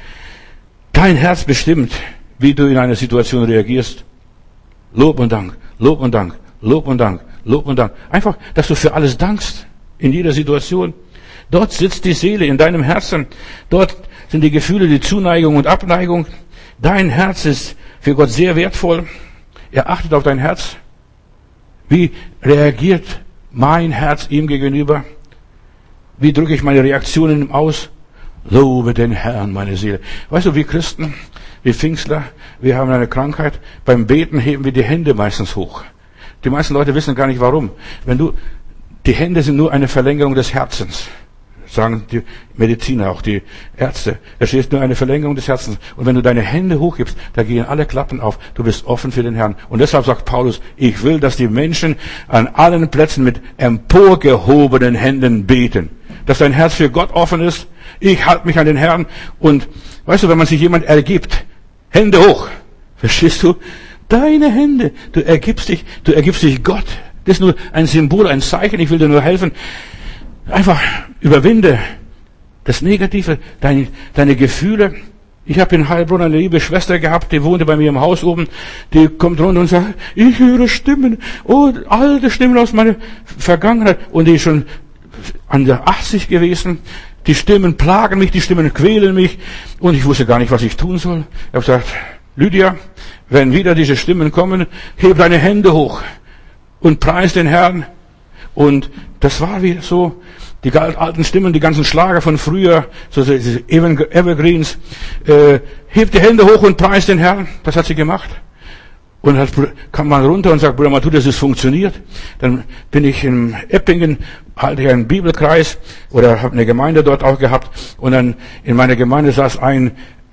Dein Herz bestimmt, wie du in einer Situation reagierst. Lob und Dank, Lob und Dank, Lob und Dank, Lob und Dank. Einfach, dass du für alles dankst, in jeder Situation. Dort sitzt die Seele in deinem Herzen. Dort sind die Gefühle, die Zuneigung und Abneigung. Dein Herz ist für Gott sehr wertvoll. Er achtet auf dein Herz. Wie reagiert mein Herz ihm gegenüber? Wie drücke ich meine Reaktionen aus? Lobe den Herrn, meine Seele. Weißt du, wir Christen, wir Pfingstler, wir haben eine Krankheit. Beim Beten heben wir die Hände meistens hoch. Die meisten Leute wissen gar nicht warum. Die Hände sind nur eine Verlängerung des Herzens. Sagen die Mediziner, auch die Ärzte. Es ist nur eine Verlängerung des Herzens. Und wenn du deine Hände hochgibst, da gehen alle Klappen auf. Du bist offen für den Herrn. Und deshalb sagt Paulus, ich will, dass die Menschen an allen Plätzen mit emporgehobenen Händen beten. Dass dein Herz für Gott offen ist. Ich halte mich an den Herrn. Und weißt du, wenn man sich jemand ergibt, Hände hoch. Verstehst du? Deine Hände. Du ergibst dich Gott. Das ist nur ein Symbol, ein Zeichen. Ich will dir nur helfen. Einfach überwinde das Negative, deine Gefühle. Ich habe in Heilbronn eine liebe Schwester gehabt, die wohnte bei mir im Haus oben. Die kommt runter und sagt, ich höre Stimmen, alte Stimmen aus meiner Vergangenheit. Und die ist schon an der 80 gewesen. Die Stimmen plagen mich, die Stimmen quälen mich. Und ich wusste gar nicht, was ich tun soll. Ich habe gesagt, Lydia, wenn wieder diese Stimmen kommen, heb deine Hände hoch und preis den Herrn. Und das war wieder so. Die alten Stimmen, die ganzen Schlager von früher, so diese Evergreens, hebt die Hände hoch und preist den Herrn. Das hat sie gemacht. Und dann kam man runter und sagt, Bruder Matthäus, das funktioniert. Dann bin ich in Eppingen, halte ich einen Bibelkreis oder habe eine Gemeinde dort auch gehabt. Und dann in meiner Gemeinde saß ein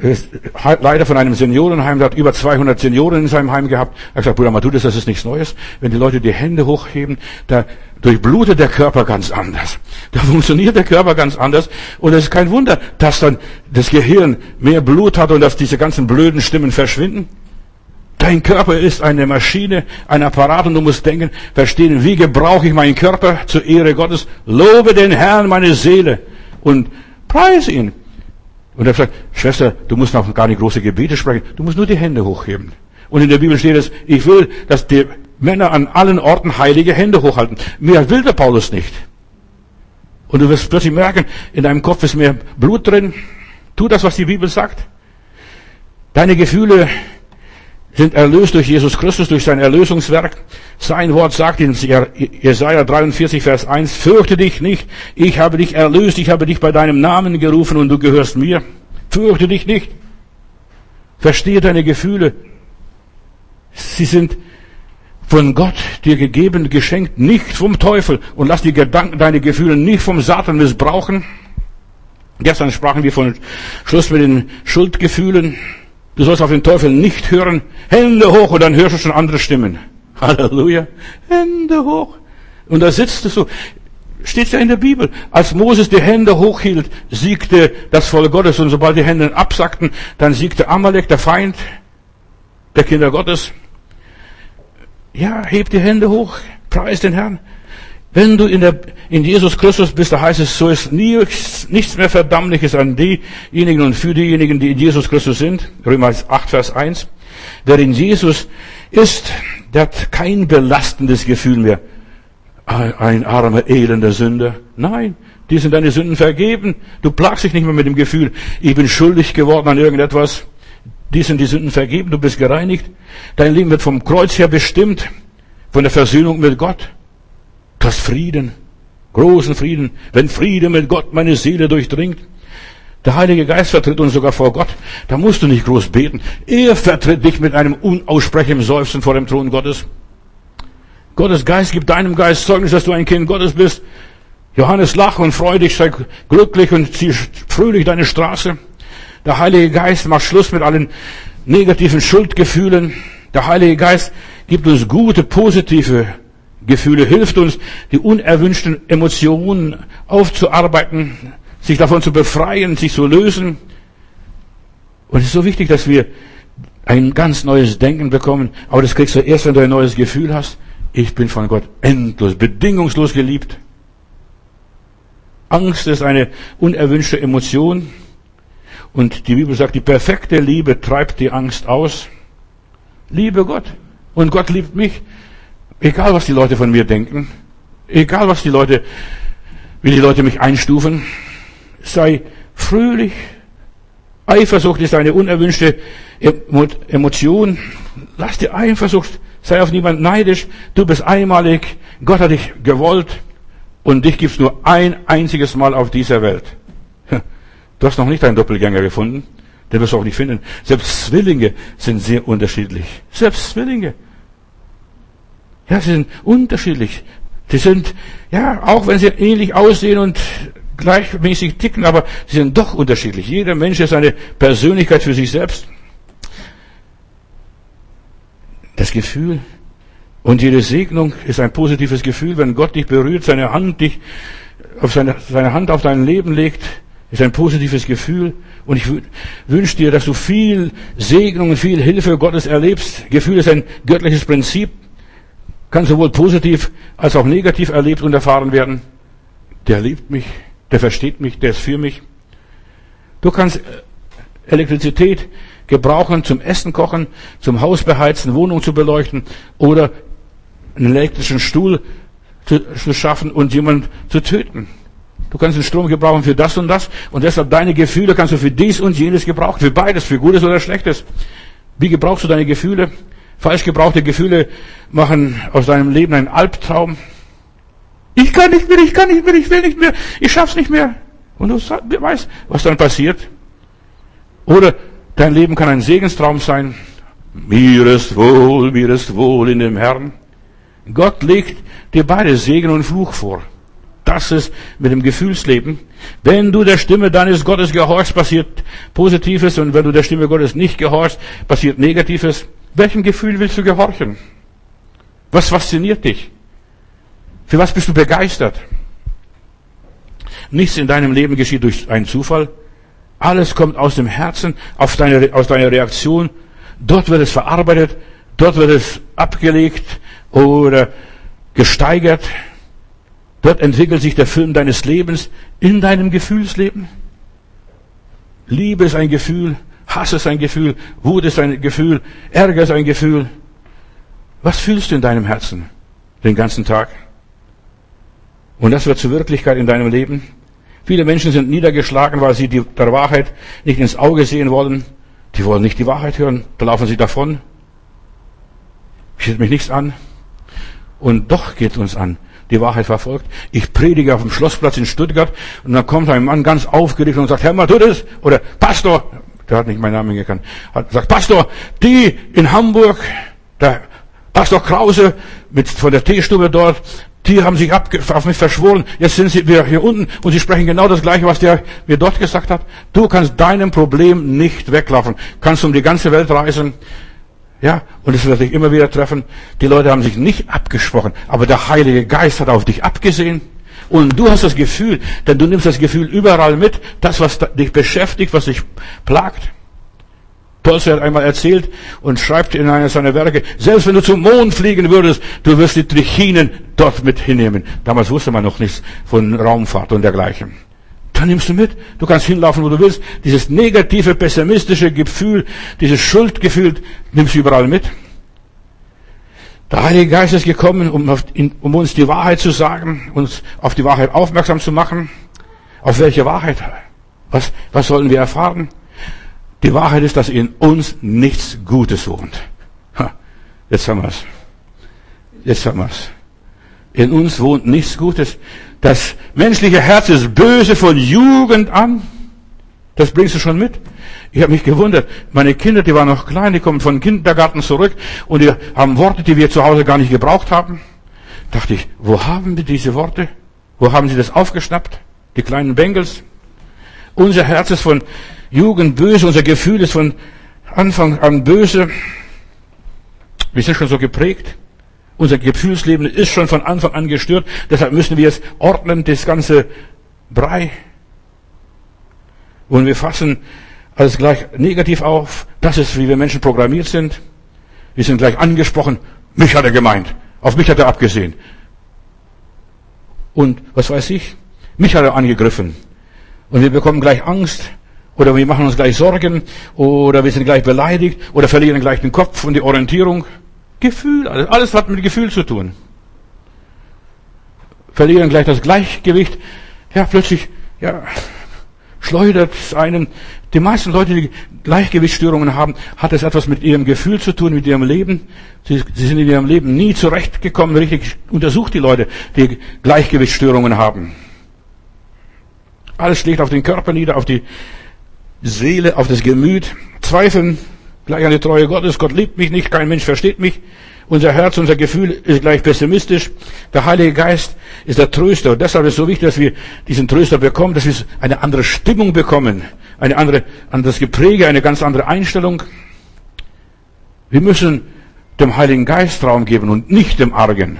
Leiter von einem Seniorenheim, der hat über 200 Senioren in seinem Heim gehabt. Er hat gesagt, Bruder Matthäus, das ist nichts Neues. Wenn die Leute die Hände hochheben, da durchblutet der Körper ganz anders. Da funktioniert der Körper ganz anders. Und es ist kein Wunder, dass dann das Gehirn mehr Blut hat und dass diese ganzen blöden Stimmen verschwinden. Dein Körper ist eine Maschine, ein Apparat und du musst denken, verstehen, wie gebrauche ich meinen Körper zur Ehre Gottes? Lobe den Herrn, meine Seele, und preise ihn. Und er hat gesagt, Schwester, du musst noch gar nicht große Gebete sprechen, du musst nur die Hände hochheben. Und in der Bibel steht es, ich will, dass die Männer an allen Orten heilige Hände hochhalten. Mehr will der Paulus nicht. Und du wirst plötzlich merken, in deinem Kopf ist mehr Blut drin. Tu das, was die Bibel sagt. Deine Gefühle sind erlöst durch Jesus Christus, durch sein Erlösungswerk. Sein Wort sagt in Jesaja 43, Vers 1, fürchte dich nicht, ich habe dich erlöst, ich habe dich bei deinem Namen gerufen und du gehörst mir. Fürchte dich nicht. Verstehe deine Gefühle. Sie sind von Gott dir gegeben, geschenkt, nicht vom Teufel. Und lass die Gedanken, deine Gefühle nicht vom Satan missbrauchen. Gestern sprachen wir von Schluss mit den Schuldgefühlen. Du sollst auf den Teufel nicht hören. Hände hoch und dann hörst du schon andere Stimmen. Halleluja. Hände hoch. Und da sitzt du so. Steht ja in der Bibel. Als Moses die Hände hochhielt, siegte das Volk Gottes. Und sobald die Hände absackten, dann siegte Amalek, der Feind der Kinder Gottes. Ja, heb die Hände hoch. Preis den Herrn. Wenn du in Jesus Christus bist, da heißt es, so ist nichts mehr Verdammliches an diejenigen und für diejenigen, die in Jesus Christus sind. Römer 8, Vers 1. Wer in Jesus ist, der hat kein belastendes Gefühl mehr. Ein armer, elender Sünder. Nein, dir sind deine Sünden vergeben. Du plagst dich nicht mehr mit dem Gefühl, ich bin schuldig geworden an irgendetwas. Dir sind die Sünden vergeben, du bist gereinigt. Dein Leben wird vom Kreuz her bestimmt, von der Versöhnung mit Gott. Du hast Frieden. Großen Frieden, wenn Friede mit Gott meine Seele durchdringt. Der Heilige Geist vertritt uns sogar vor Gott. Da musst du nicht groß beten. Er vertritt dich mit einem unaussprechlichen Seufzen vor dem Thron Gottes. Gottes Geist gibt deinem Geist Zeugnis, dass du ein Kind Gottes bist. Johannes, lach und freu dich, sei glücklich und zieh fröhlich deine Straße. Der Heilige Geist macht Schluss mit allen negativen Schuldgefühlen. Der Heilige Geist gibt uns gute, positive Gefühle, hilft uns, die unerwünschten Emotionen aufzuarbeiten, sich davon zu befreien, sich zu lösen. Und es ist so wichtig, dass wir ein ganz neues Denken bekommen. Aber das kriegst du erst, wenn du ein neues Gefühl hast. Ich bin von Gott endlos, bedingungslos geliebt. Angst ist eine unerwünschte Emotion. Und die Bibel sagt, die perfekte Liebe treibt die Angst aus. Liebe Gott. Und Gott liebt mich. Egal, was die Leute von mir denken. Egal, wie die Leute mich einstufen. Sei fröhlich. Eifersucht ist eine unerwünschte Emotion. Lass die Eifersucht. Sei auf niemand neidisch. Du bist einmalig. Gott hat dich gewollt. Und dich gibt's nur ein einziges Mal auf dieser Welt. Du hast noch nicht einen Doppelgänger gefunden. Den wirst du auch nicht finden. Selbst Zwillinge sind sehr unterschiedlich. Selbst Zwillinge. Ja, sie sind unterschiedlich. Sie sind, ja, auch wenn sie ähnlich aussehen und gleichmäßig ticken, aber sie sind doch unterschiedlich. Jeder Mensch ist eine Persönlichkeit für sich selbst. Das Gefühl und jede Segnung ist ein positives Gefühl, wenn Gott dich berührt, seine Hand auf dein Leben legt, ist ein positives Gefühl. Und ich wünsche dir, dass du viel Segnung und viel Hilfe Gottes erlebst. Gefühl ist ein göttliches Prinzip, kann sowohl positiv als auch negativ erlebt und erfahren werden. Der liebt mich, der versteht mich, der ist für mich. Du kannst Elektrizität gebrauchen zum Essen kochen, zum Haus beheizen, Wohnung zu beleuchten oder einen elektrischen Stuhl zu schaffen und jemanden zu töten. Du kannst den Strom gebrauchen für das und das und deshalb deine Gefühle kannst du für dies und jenes gebrauchen, für beides, für Gutes oder Schlechtes. Wie gebrauchst du deine Gefühle? Falsch gebrauchte Gefühle machen aus deinem Leben einen Albtraum. Ich kann nicht mehr, ich will nicht mehr, ich schaff's nicht mehr. Und du weißt, was dann passiert. Oder dein Leben kann ein Segenstraum sein. Mir ist wohl in dem Herrn. Gott legt dir beide Segen und Fluch vor. Das ist mit dem Gefühlsleben. Wenn du der Stimme deines Gottes gehorchst, passiert Positives. Und wenn du der Stimme Gottes nicht gehorchst, passiert Negatives. Welchem Gefühl willst du gehorchen? Was fasziniert dich? Für was bist du begeistert? Nichts in deinem Leben geschieht durch einen Zufall. Alles kommt aus dem Herzen, aus deiner Reaktion. Dort wird es verarbeitet, dort wird es abgelegt oder gesteigert. Dort entwickelt sich der Film deines Lebens in deinem Gefühlsleben. Liebe ist ein Gefühl, Hass ist ein Gefühl, Wut ist ein Gefühl, Ärger ist ein Gefühl. Was fühlst du in deinem Herzen den ganzen Tag? Und das wird zur Wirklichkeit in deinem Leben. Viele Menschen sind niedergeschlagen, weil sie der Wahrheit nicht ins Auge sehen wollen. Die wollen nicht die Wahrheit hören, da laufen sie davon. Geht mich nichts an. Und doch geht uns an. Die Wahrheit verfolgt. Ich predige auf dem Schlossplatz in Stuttgart und dann kommt ein Mann ganz aufgeregt und sagt, Herr Matthäus, oder Pastor, der hat nicht meinen Namen gekannt, sagt, Pastor, die in Hamburg, der Pastor Krause von der Teestube dort, die haben sich auf mich verschworen. Jetzt sind sie wieder hier unten und sie sprechen genau das Gleiche, was der mir dort gesagt hat. Du kannst deinem Problem nicht weglaufen. Kannst um die ganze Welt reisen. Ja, und es wird dich immer wieder treffen. Die Leute haben sich nicht abgesprochen, aber der Heilige Geist hat auf dich abgesehen. Und du hast das Gefühl, denn du nimmst das Gefühl überall mit, das, was dich beschäftigt, was dich plagt. Tolstoi hat einmal erzählt und schreibt in einer seiner Werke, selbst wenn du zum Mond fliegen würdest, du wirst die Trichinen dort mit hinnehmen. Damals wusste man noch nichts von Raumfahrt und dergleichen. Dann nimmst du mit, du kannst hinlaufen, wo du willst. Dieses negative, pessimistische Gefühl, dieses Schuldgefühl, nimmst du überall mit. Der Heilige Geist ist gekommen, um uns die Wahrheit zu sagen, uns auf die Wahrheit aufmerksam zu machen. Auf welche Wahrheit? Was sollen wir erfahren? Die Wahrheit ist, dass in uns nichts Gutes wohnt. Jetzt haben wir's. In uns wohnt nichts Gutes. Das menschliche Herz ist böse von Jugend an. Das bringst du schon mit. Ich habe mich gewundert. Meine Kinder, die waren noch klein, die kommen von Kindergarten zurück und die haben Worte, die wir zu Hause gar nicht gebraucht haben. Dachte ich, wo haben die diese Worte? Wo haben sie das aufgeschnappt? Die kleinen Bengels. Unser Herz ist von Jugend böse, unser Gefühl ist von Anfang an böse. Wir sind schon so geprägt. Unser Gefühlsleben ist schon von Anfang an gestört. Deshalb müssen wir es ordnen, das ganze Brei. Und wir fassen alles gleich negativ auf. Das ist, wie wir Menschen programmiert sind. Wir sind gleich angesprochen. Mich hat er gemeint. Auf mich hat er abgesehen. Und was weiß ich? Mich hat er angegriffen. Und wir bekommen gleich Angst. Oder wir machen uns gleich Sorgen. Oder wir sind gleich beleidigt. Oder verlieren gleich den Kopf und die Orientierung. Gefühl, alles hat mit Gefühl zu tun. Verlieren gleich das Gleichgewicht. Ja, plötzlich, schleudert es einen. Die meisten Leute, die Gleichgewichtsstörungen haben, hat es etwas mit ihrem Gefühl zu tun, mit ihrem Leben. Sie sind in ihrem Leben nie zurechtgekommen. Richtig untersucht die Leute, die Gleichgewichtsstörungen haben. Alles schlägt auf den Körper nieder, auf die Seele, auf das Gemüt. Zweifeln gleich an die Treue Gottes. Gott liebt mich nicht, kein Mensch versteht mich. Unser Herz, unser Gefühl ist gleich pessimistisch. Der Heilige Geist ist der Tröster. Und deshalb ist es so wichtig, dass wir diesen Tröster bekommen, dass wir eine andere Stimmung bekommen, anderes Gepräge, eine ganz andere Einstellung. Wir müssen dem Heiligen Geist Raum geben und nicht dem Argen.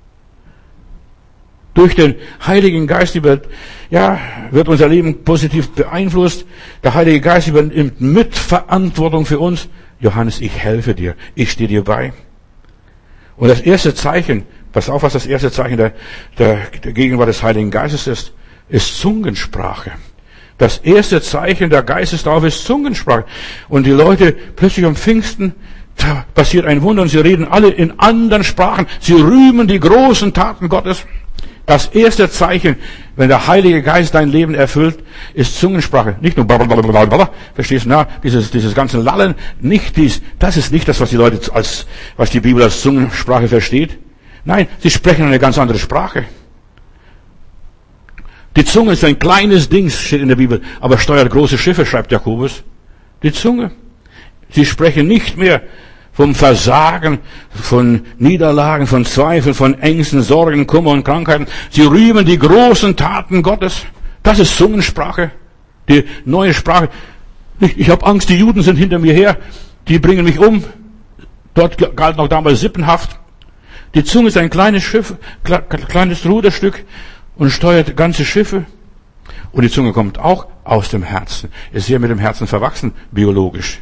Durch den Heiligen Geist wird unser Leben positiv beeinflusst. Der Heilige Geist übernimmt Mitverantwortung für uns. Johannes, ich helfe dir. Ich stehe dir bei. Und das erste Zeichen, pass auf, was das erste Zeichen der Gegenwart des Heiligen Geistes ist Zungensprache. Das erste Zeichen der Geistestaufe ist Zungensprache. Und die Leute plötzlich am Pfingsten, da passiert ein Wunder und sie reden alle in anderen Sprachen. Sie rühmen die großen Taten Gottes. Das erste Zeichen, wenn der Heilige Geist dein Leben erfüllt, ist Zungensprache. Nicht nur blablabla, verstehst du? Dieses ganze Lallen, das ist nicht das, was die Leute was die Bibel als Zungensprache versteht. Nein, sie sprechen eine ganz andere Sprache. Die Zunge ist ein kleines Ding, steht in der Bibel, aber steuert große Schiffe, schreibt Jakobus. Die Zunge. Sie sprechen nicht mehr vom Versagen, von Niederlagen, von Zweifeln, von Ängsten, Sorgen, Kummer und Krankheiten. Sie rühmen die großen Taten Gottes. Das ist Zungensprache, die neue Sprache. Ich habe Angst, die Juden sind hinter mir her, die bringen mich um. Dort galt noch damals Sippenhaft. Die Zunge ist ein kleines Schiff, kleines Ruderstück und steuert ganze Schiffe. Und die Zunge kommt auch aus dem Herzen. Ist sehr mit dem Herzen verwachsen, biologisch.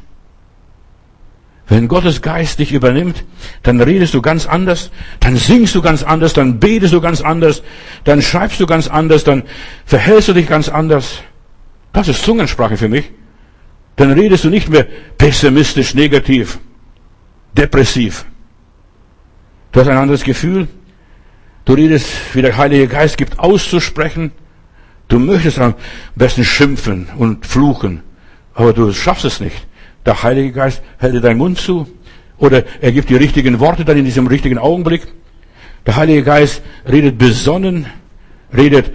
Wenn Gottes Geist dich übernimmt, dann redest du ganz anders, dann singst du ganz anders, dann betest du ganz anders, dann schreibst du ganz anders, dann verhältst du dich ganz anders. Das ist Zungensprache für mich. Dann redest du nicht mehr pessimistisch, negativ, depressiv. Du hast ein anderes Gefühl. Du redest, wie der Heilige Geist gibt, auszusprechen. Du möchtest am besten schimpfen und fluchen, aber du schaffst es nicht. Der Heilige Geist hält dir deinen Mund zu oder er gibt die richtigen Worte dann in diesem richtigen Augenblick. Der Heilige Geist redet besonnen, redet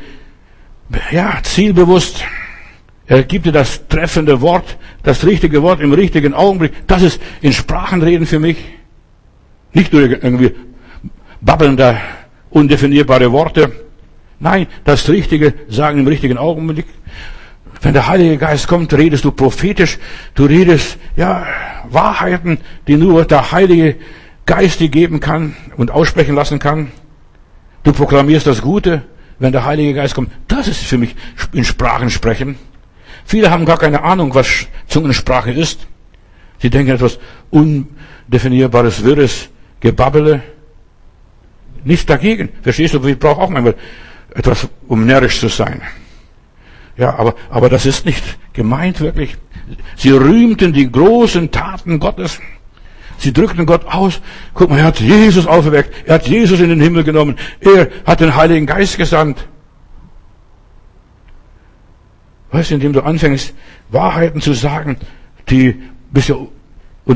zielbewusst. Er gibt dir das treffende Wort, das richtige Wort im richtigen Augenblick. Das ist in Sprachen reden für mich. Nicht nur irgendwie babbelnde, undefinierbare Worte. Nein, das Richtige sagen im richtigen Augenblick. Wenn der Heilige Geist kommt, redest du prophetisch, du redest, Wahrheiten, die nur der Heilige Geist dir geben kann und aussprechen lassen kann. Du proklamierst das Gute, wenn der Heilige Geist kommt. Das ist für mich in Sprachen sprechen. Viele haben gar keine Ahnung, was Zungensprache ist. Sie denken etwas Undefinierbares, Wirres, Gebabbele. Nichts dagegen. Verstehst du, wir brauchen auch manchmal etwas, um närrisch zu sein. Ja, aber das ist nicht gemeint wirklich. Sie rühmten die großen Taten Gottes. Sie drückten Gott aus. Guck mal, er hat Jesus auferweckt. Er hat Jesus in den Himmel genommen. Er hat den Heiligen Geist gesandt. Weißt du, indem du anfängst, Wahrheiten zu sagen, die bisher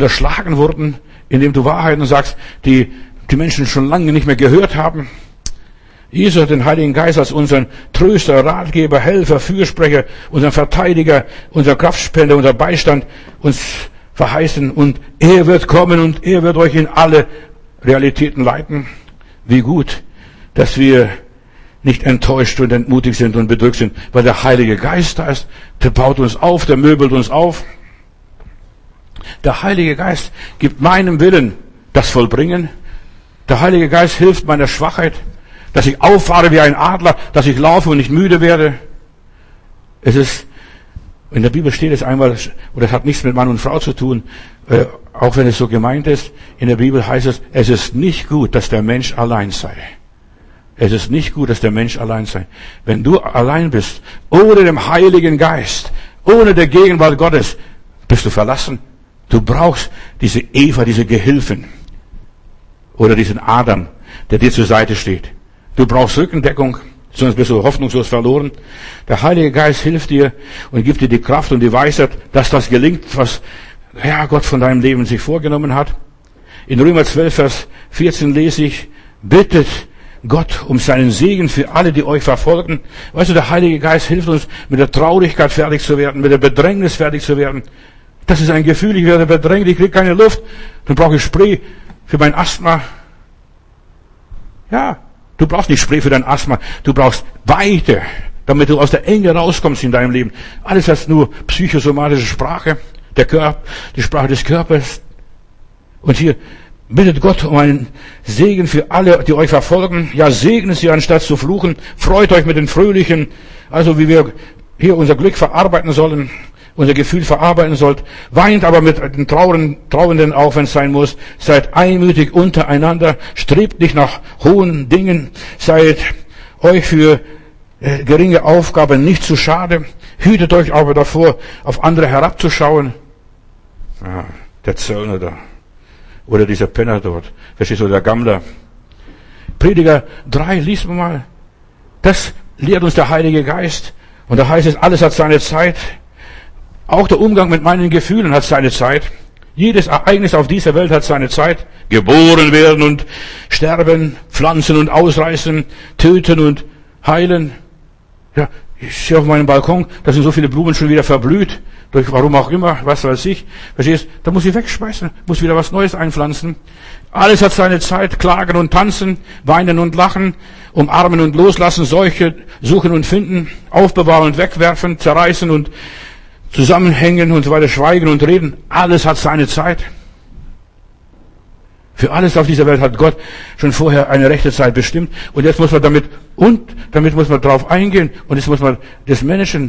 unterschlagen wurden, indem du Wahrheiten sagst, die Menschen schon lange nicht mehr gehört haben. Jesus hat den Heiligen Geist als unseren Tröster, Ratgeber, Helfer, Fürsprecher, unseren Verteidiger, unser Kraftspender, unser Beistand uns verheißen. Und er wird kommen und er wird euch in alle Realitäten leiten. Wie gut, dass wir nicht enttäuscht und entmutigt sind und bedrückt sind, weil der Heilige Geist da ist. Der baut uns auf, der möbelt uns auf. Der Heilige Geist gibt meinem Willen das Vollbringen. Der Heilige Geist hilft meiner Schwachheit, dass ich auffahre wie ein Adler, dass ich laufe und nicht müde werde. Es ist, in der Bibel steht es einmal, und das hat nichts mit Mann und Frau zu tun, auch wenn es so gemeint ist. In der Bibel heißt es, es ist nicht gut, dass der Mensch allein sei. Es ist nicht gut, dass der Mensch allein sei. Wenn du allein bist, ohne den Heiligen Geist, ohne der Gegenwart Gottes, bist du verlassen. Du brauchst diese Eva, diese Gehilfen. Oder diesen Adam, der dir zur Seite steht. Du brauchst Rückendeckung, sonst bist du hoffnungslos verloren. Der Heilige Geist hilft dir und gibt dir die Kraft und die Weisheit, dass das gelingt, was Gott von deinem Leben sich vorgenommen hat. In Römer 12, Vers 14 lese ich, bittet Gott um seinen Segen für alle, die euch verfolgen. Weißt du, der Heilige Geist hilft uns, mit der Traurigkeit fertig zu werden, mit der Bedrängnis fertig zu werden. Das ist ein Gefühl, ich werde bedrängt, ich kriege keine Luft, dann brauche ich Spray für mein Asthma. Ja, du brauchst nicht Spray für dein Asthma, du brauchst Weite, damit du aus der Enge rauskommst in deinem Leben. Alles hat nur psychosomatische Sprache, die Sprache des Körpers. Und hier bittet Gott um einen Segen für alle, die euch verfolgen. Ja, segnet sie anstatt zu fluchen. Freut euch mit den Fröhlichen. Also wie wir hier unser Glück verarbeiten sollen, unser Gefühl verarbeiten sollt. Weint aber mit den Trauenden auch, wenn es sein muss. Seid einmütig untereinander. Strebt nicht nach hohen Dingen. Seid euch für geringe Aufgaben nicht zu schade. Hütet euch aber davor, auf andere herabzuschauen. Ja, der Zöllner da. Oder dieser Penner dort. Verstehst du, der Gammler. Prediger 3, lies mal. Das lehrt uns der Heilige Geist. Und da heißt es, alles hat seine Zeit. Auch der Umgang mit meinen Gefühlen hat seine Zeit. Jedes Ereignis auf dieser Welt hat seine Zeit. Geboren werden und sterben, pflanzen und ausreißen, töten und heilen. Ja, ich sehe auf meinem Balkon, da sind so viele Blumen schon wieder verblüht. Durch warum auch immer, was weiß ich. Verstehst? Da muss ich wegschmeißen, muss wieder was Neues einpflanzen. Alles hat seine Zeit. Klagen und tanzen, weinen und lachen, umarmen und loslassen, suchen und finden, aufbewahren und wegwerfen, zerreißen und zusammenhängen und so weiter, schweigen und reden. Alles hat seine Zeit. Für alles auf dieser Welt hat Gott schon vorher eine rechte Zeit bestimmt. Und jetzt muss man damit muss man drauf eingehen. Und jetzt muss man des Menschen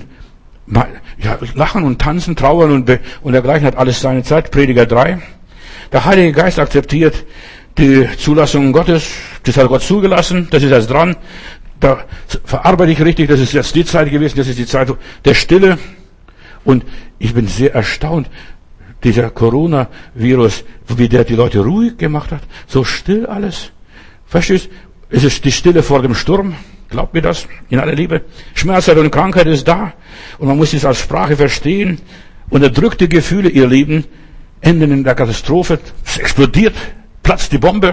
lachen und tanzen, trauern und dergleichen hat alles seine Zeit. Prediger 3. Der Heilige Geist akzeptiert die Zulassung Gottes. Das hat Gott zugelassen. Das ist jetzt dran. Da verarbeite ich richtig. Das ist jetzt die Zeit gewesen. Das ist die Zeit der Stille. Und ich bin sehr erstaunt, dieser Coronavirus, wie der die Leute ruhig gemacht hat. So still alles. Verstehst? Es ist die Stille vor dem Sturm. Glaubt mir das? In aller Liebe. Schmerzheit und Krankheit ist da. Und man muss es als Sprache verstehen. Unterdrückte Gefühle, ihr Lieben, enden in der Katastrophe. Es explodiert, platzt die Bombe.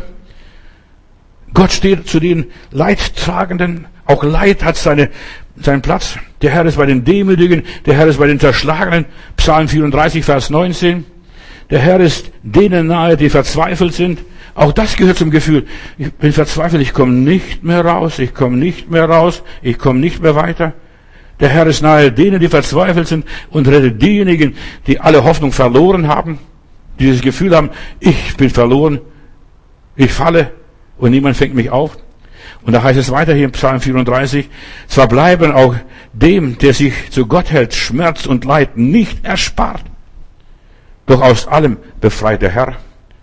Gott steht zu den Leidtragenden. Auch Leid hat seinen Platz. Der Herr ist bei den Demütigen, der Herr ist bei den Zerschlagenen. Psalm 34, Vers 19. Der Herr ist denen nahe, die verzweifelt sind. Auch das gehört zum Gefühl. Ich bin verzweifelt, ich komme nicht mehr raus, ich komme nicht mehr weiter. Der Herr ist nahe denen, die verzweifelt sind und rettet diejenigen, die alle Hoffnung verloren haben, die dieses Gefühl haben, ich bin verloren, ich falle und niemand fängt mich auf. Und da heißt es weiter hier im Psalm 34, zwar bleiben auch dem, der sich zu Gott hält, Schmerz und Leid nicht erspart, doch aus allem befreit der Herr.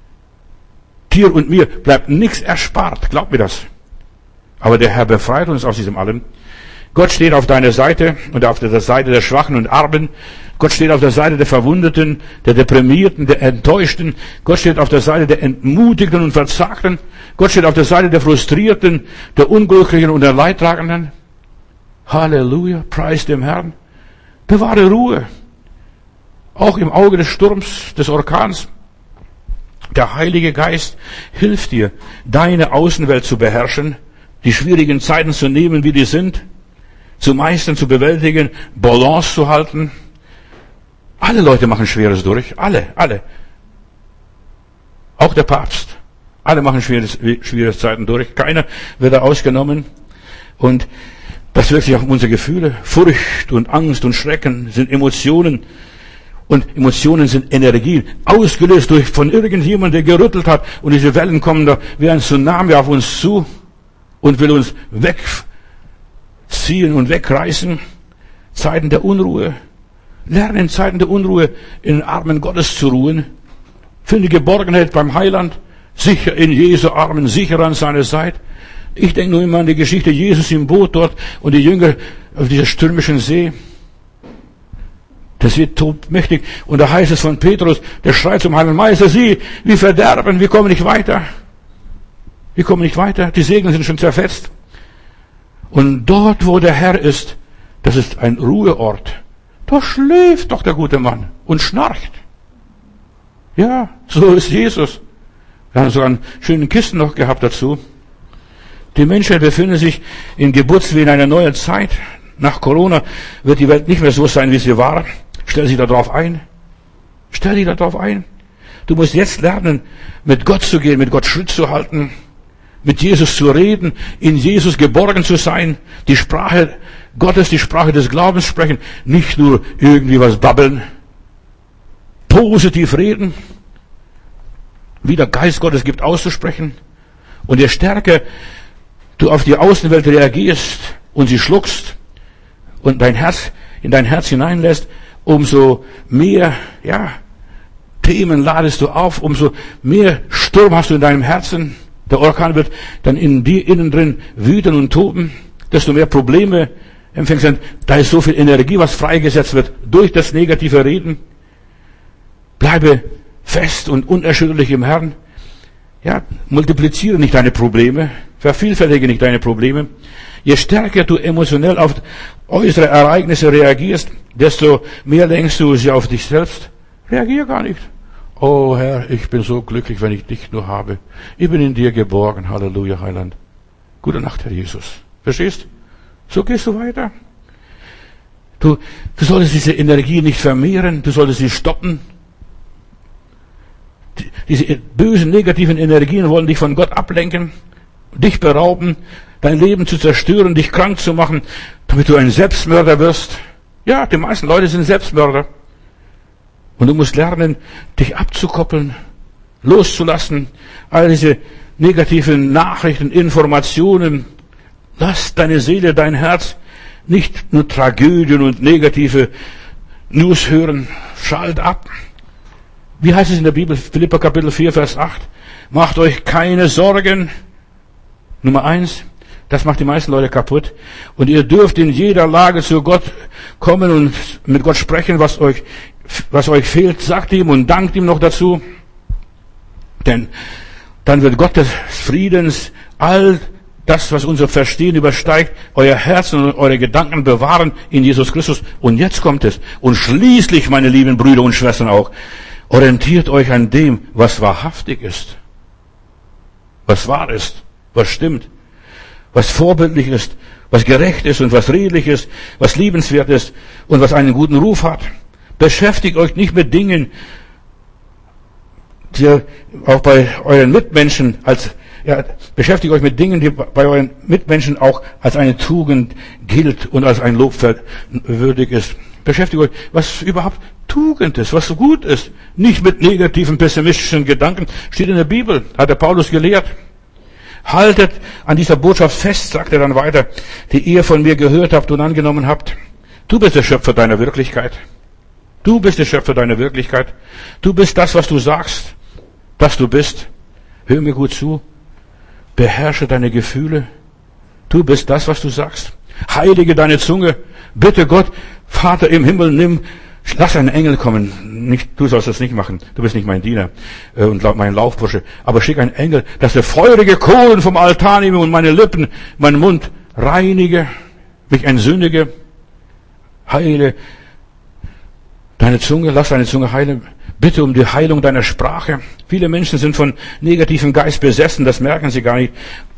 Dir und mir bleibt nichts erspart, glaub mir das. Aber der Herr befreit uns aus diesem allem. Gott steht auf deiner Seite und auf der Seite der Schwachen und Armen. Gott steht auf der Seite der Verwundeten, der Deprimierten, der Enttäuschten. Gott steht auf der Seite der Entmutigten und Verzagten. Gott steht auf der Seite der Frustrierten, der Unglücklichen und der Leidtragenden. Halleluja, preis dem Herrn. Bewahre Ruhe. Auch im Auge des Sturms, des Orkans. Der Heilige Geist hilft dir, deine Außenwelt zu beherrschen. die schwierigen Zeiten zu nehmen, wie die sind, zu meistern, zu bewältigen, Balance zu halten. Alle Leute machen Schweres durch. Alle. Auch der Papst. Alle machen schwere Zeiten durch. Keiner wird da ausgenommen. Und das wirkt sich auf unsere Gefühle. Furcht und Angst und Schrecken sind Emotionen. Und Emotionen sind Energien, ausgelöst von irgendjemandem, der gerüttelt hat. Und diese Wellen kommen da wie ein Tsunami auf uns zu und will uns wegziehen und wegreißen. Zeiten der Unruhe. Lerne in Zeiten der Unruhe in den Armen Gottes zu ruhen. Finde Geborgenheit beim Heiland. Sicher in Jesu Armen, sicher an seiner Seite. Ich denke nur immer an die Geschichte Jesus im Boot dort und die Jünger auf dieser stürmischen See. Das wird todmächtig. Und da heißt es von Petrus, der schreit zum Heiligen Meister, sieh, wir verderben, wir kommen nicht weiter. Wir kommen nicht weiter, die Segel sind schon zerfetzt. Und dort, wo der Herr ist, das ist ein Ruheort. Da schläft doch der gute Mann und schnarcht. Ja, so ist Jesus. Wir haben sogar einen schönen Kisten noch gehabt dazu. Die Menschen befinden sich in Geburtswehen einer neuen Zeit. Nach Corona wird die Welt nicht mehr so sein, wie sie war. Stell dich darauf ein. Stell dich darauf ein. Du musst jetzt lernen, mit Gott zu gehen, mit Gott Schritt zu halten, mit Jesus zu reden, in Jesus geborgen zu sein, die Sprache Gottes, die Sprache des Glaubens sprechen, nicht nur irgendwie was babbeln, positiv reden, wie der Geist Gottes gibt auszusprechen. Und je stärker du auf die Außenwelt reagierst und sie schluckst und in dein Herz hineinlässt, umso mehr, Themen ladest du auf, umso mehr Sturm hast du in deinem Herzen. Der Orkan wird dann in dir innen drin wüten und toben, desto mehr Probleme empfängst. Da ist so viel Energie, was freigesetzt wird durch das negative Reden. Bleibe fest und unerschütterlich im Herrn. Ja, multipliziere nicht deine Probleme, vervielfältige nicht deine Probleme. Je stärker du emotionell auf äußere Ereignisse reagierst, desto mehr lenkst du sie auf dich selbst. Reagier gar nicht. Oh Herr, ich bin so glücklich, wenn ich dich nur habe. Ich bin in dir geborgen. Halleluja, Heiland. Gute Nacht, Herr Jesus. Verstehst? So gehst du weiter. Du solltest diese Energie nicht vermehren, du solltest sie stoppen. Diese bösen, negativen Energien wollen dich von Gott ablenken, dich berauben, dein Leben zu zerstören, dich krank zu machen, damit du ein Selbstmörder wirst. Ja, die meisten Leute sind Selbstmörder. Und du musst lernen, dich abzukoppeln, loszulassen, all diese negativen Nachrichten, Informationen. Lass deine Seele, dein Herz nicht nur Tragödien und negative News hören. Schalt ab. Wie heißt es in der Bibel? Philipper Kapitel 4, Vers 8. Macht euch keine Sorgen. Nummer 1. Das macht die meisten Leute kaputt. Und ihr dürft in jeder Lage zu Gott kommen und mit Gott sprechen, was euch fehlt. Sagt ihm und dankt ihm noch dazu. Denn dann wird Gott des Friedens all das, was unser Verstehen übersteigt, euer Herz und eure Gedanken bewahren in Jesus Christus. Und jetzt kommt es. Und schließlich, meine lieben Brüder und Schwestern auch, orientiert euch an dem, was wahrhaftig ist, was wahr ist, was stimmt, was vorbildlich ist, was gerecht ist und was redlich ist, was liebenswert ist und was einen guten Ruf hat. Beschäftigt euch nicht mit Dingen, die auch bei euren Mitmenschen beschäftigt euch mit Dingen, die bei euren Mitmenschen auch als eine Tugend gilt und als ein Lob würdig ist. Beschäftigt euch, was überhaupt Tugend ist, was so gut ist. Nicht mit negativen, pessimistischen Gedanken. Steht in der Bibel, hat der Paulus gelehrt. Haltet an dieser Botschaft fest, sagt er dann weiter, die ihr von mir gehört habt und angenommen habt. Du bist der Schöpfer deiner Wirklichkeit. Du bist der Schöpfer deiner Wirklichkeit. Du bist das, was du sagst, dass du bist. Hör mir gut zu. Beherrsche deine Gefühle. Du bist das, was du sagst. Heilige deine Zunge. Bitte Gott, Vater im Himmel, lass einen Engel kommen. Du sollst das nicht machen. Du bist nicht mein Diener und mein Laufbursche. Aber schick einen Engel, dass der feurige Kohlen vom Altar nehme und meine Lippen, meinen Mund reinige, mich entsündige. Heile deine Zunge, lass deine Zunge heilen. Bitte um die Heilung deiner Sprache. Viele Menschen sind von negativem Geist besessen, das merken sie gar nicht.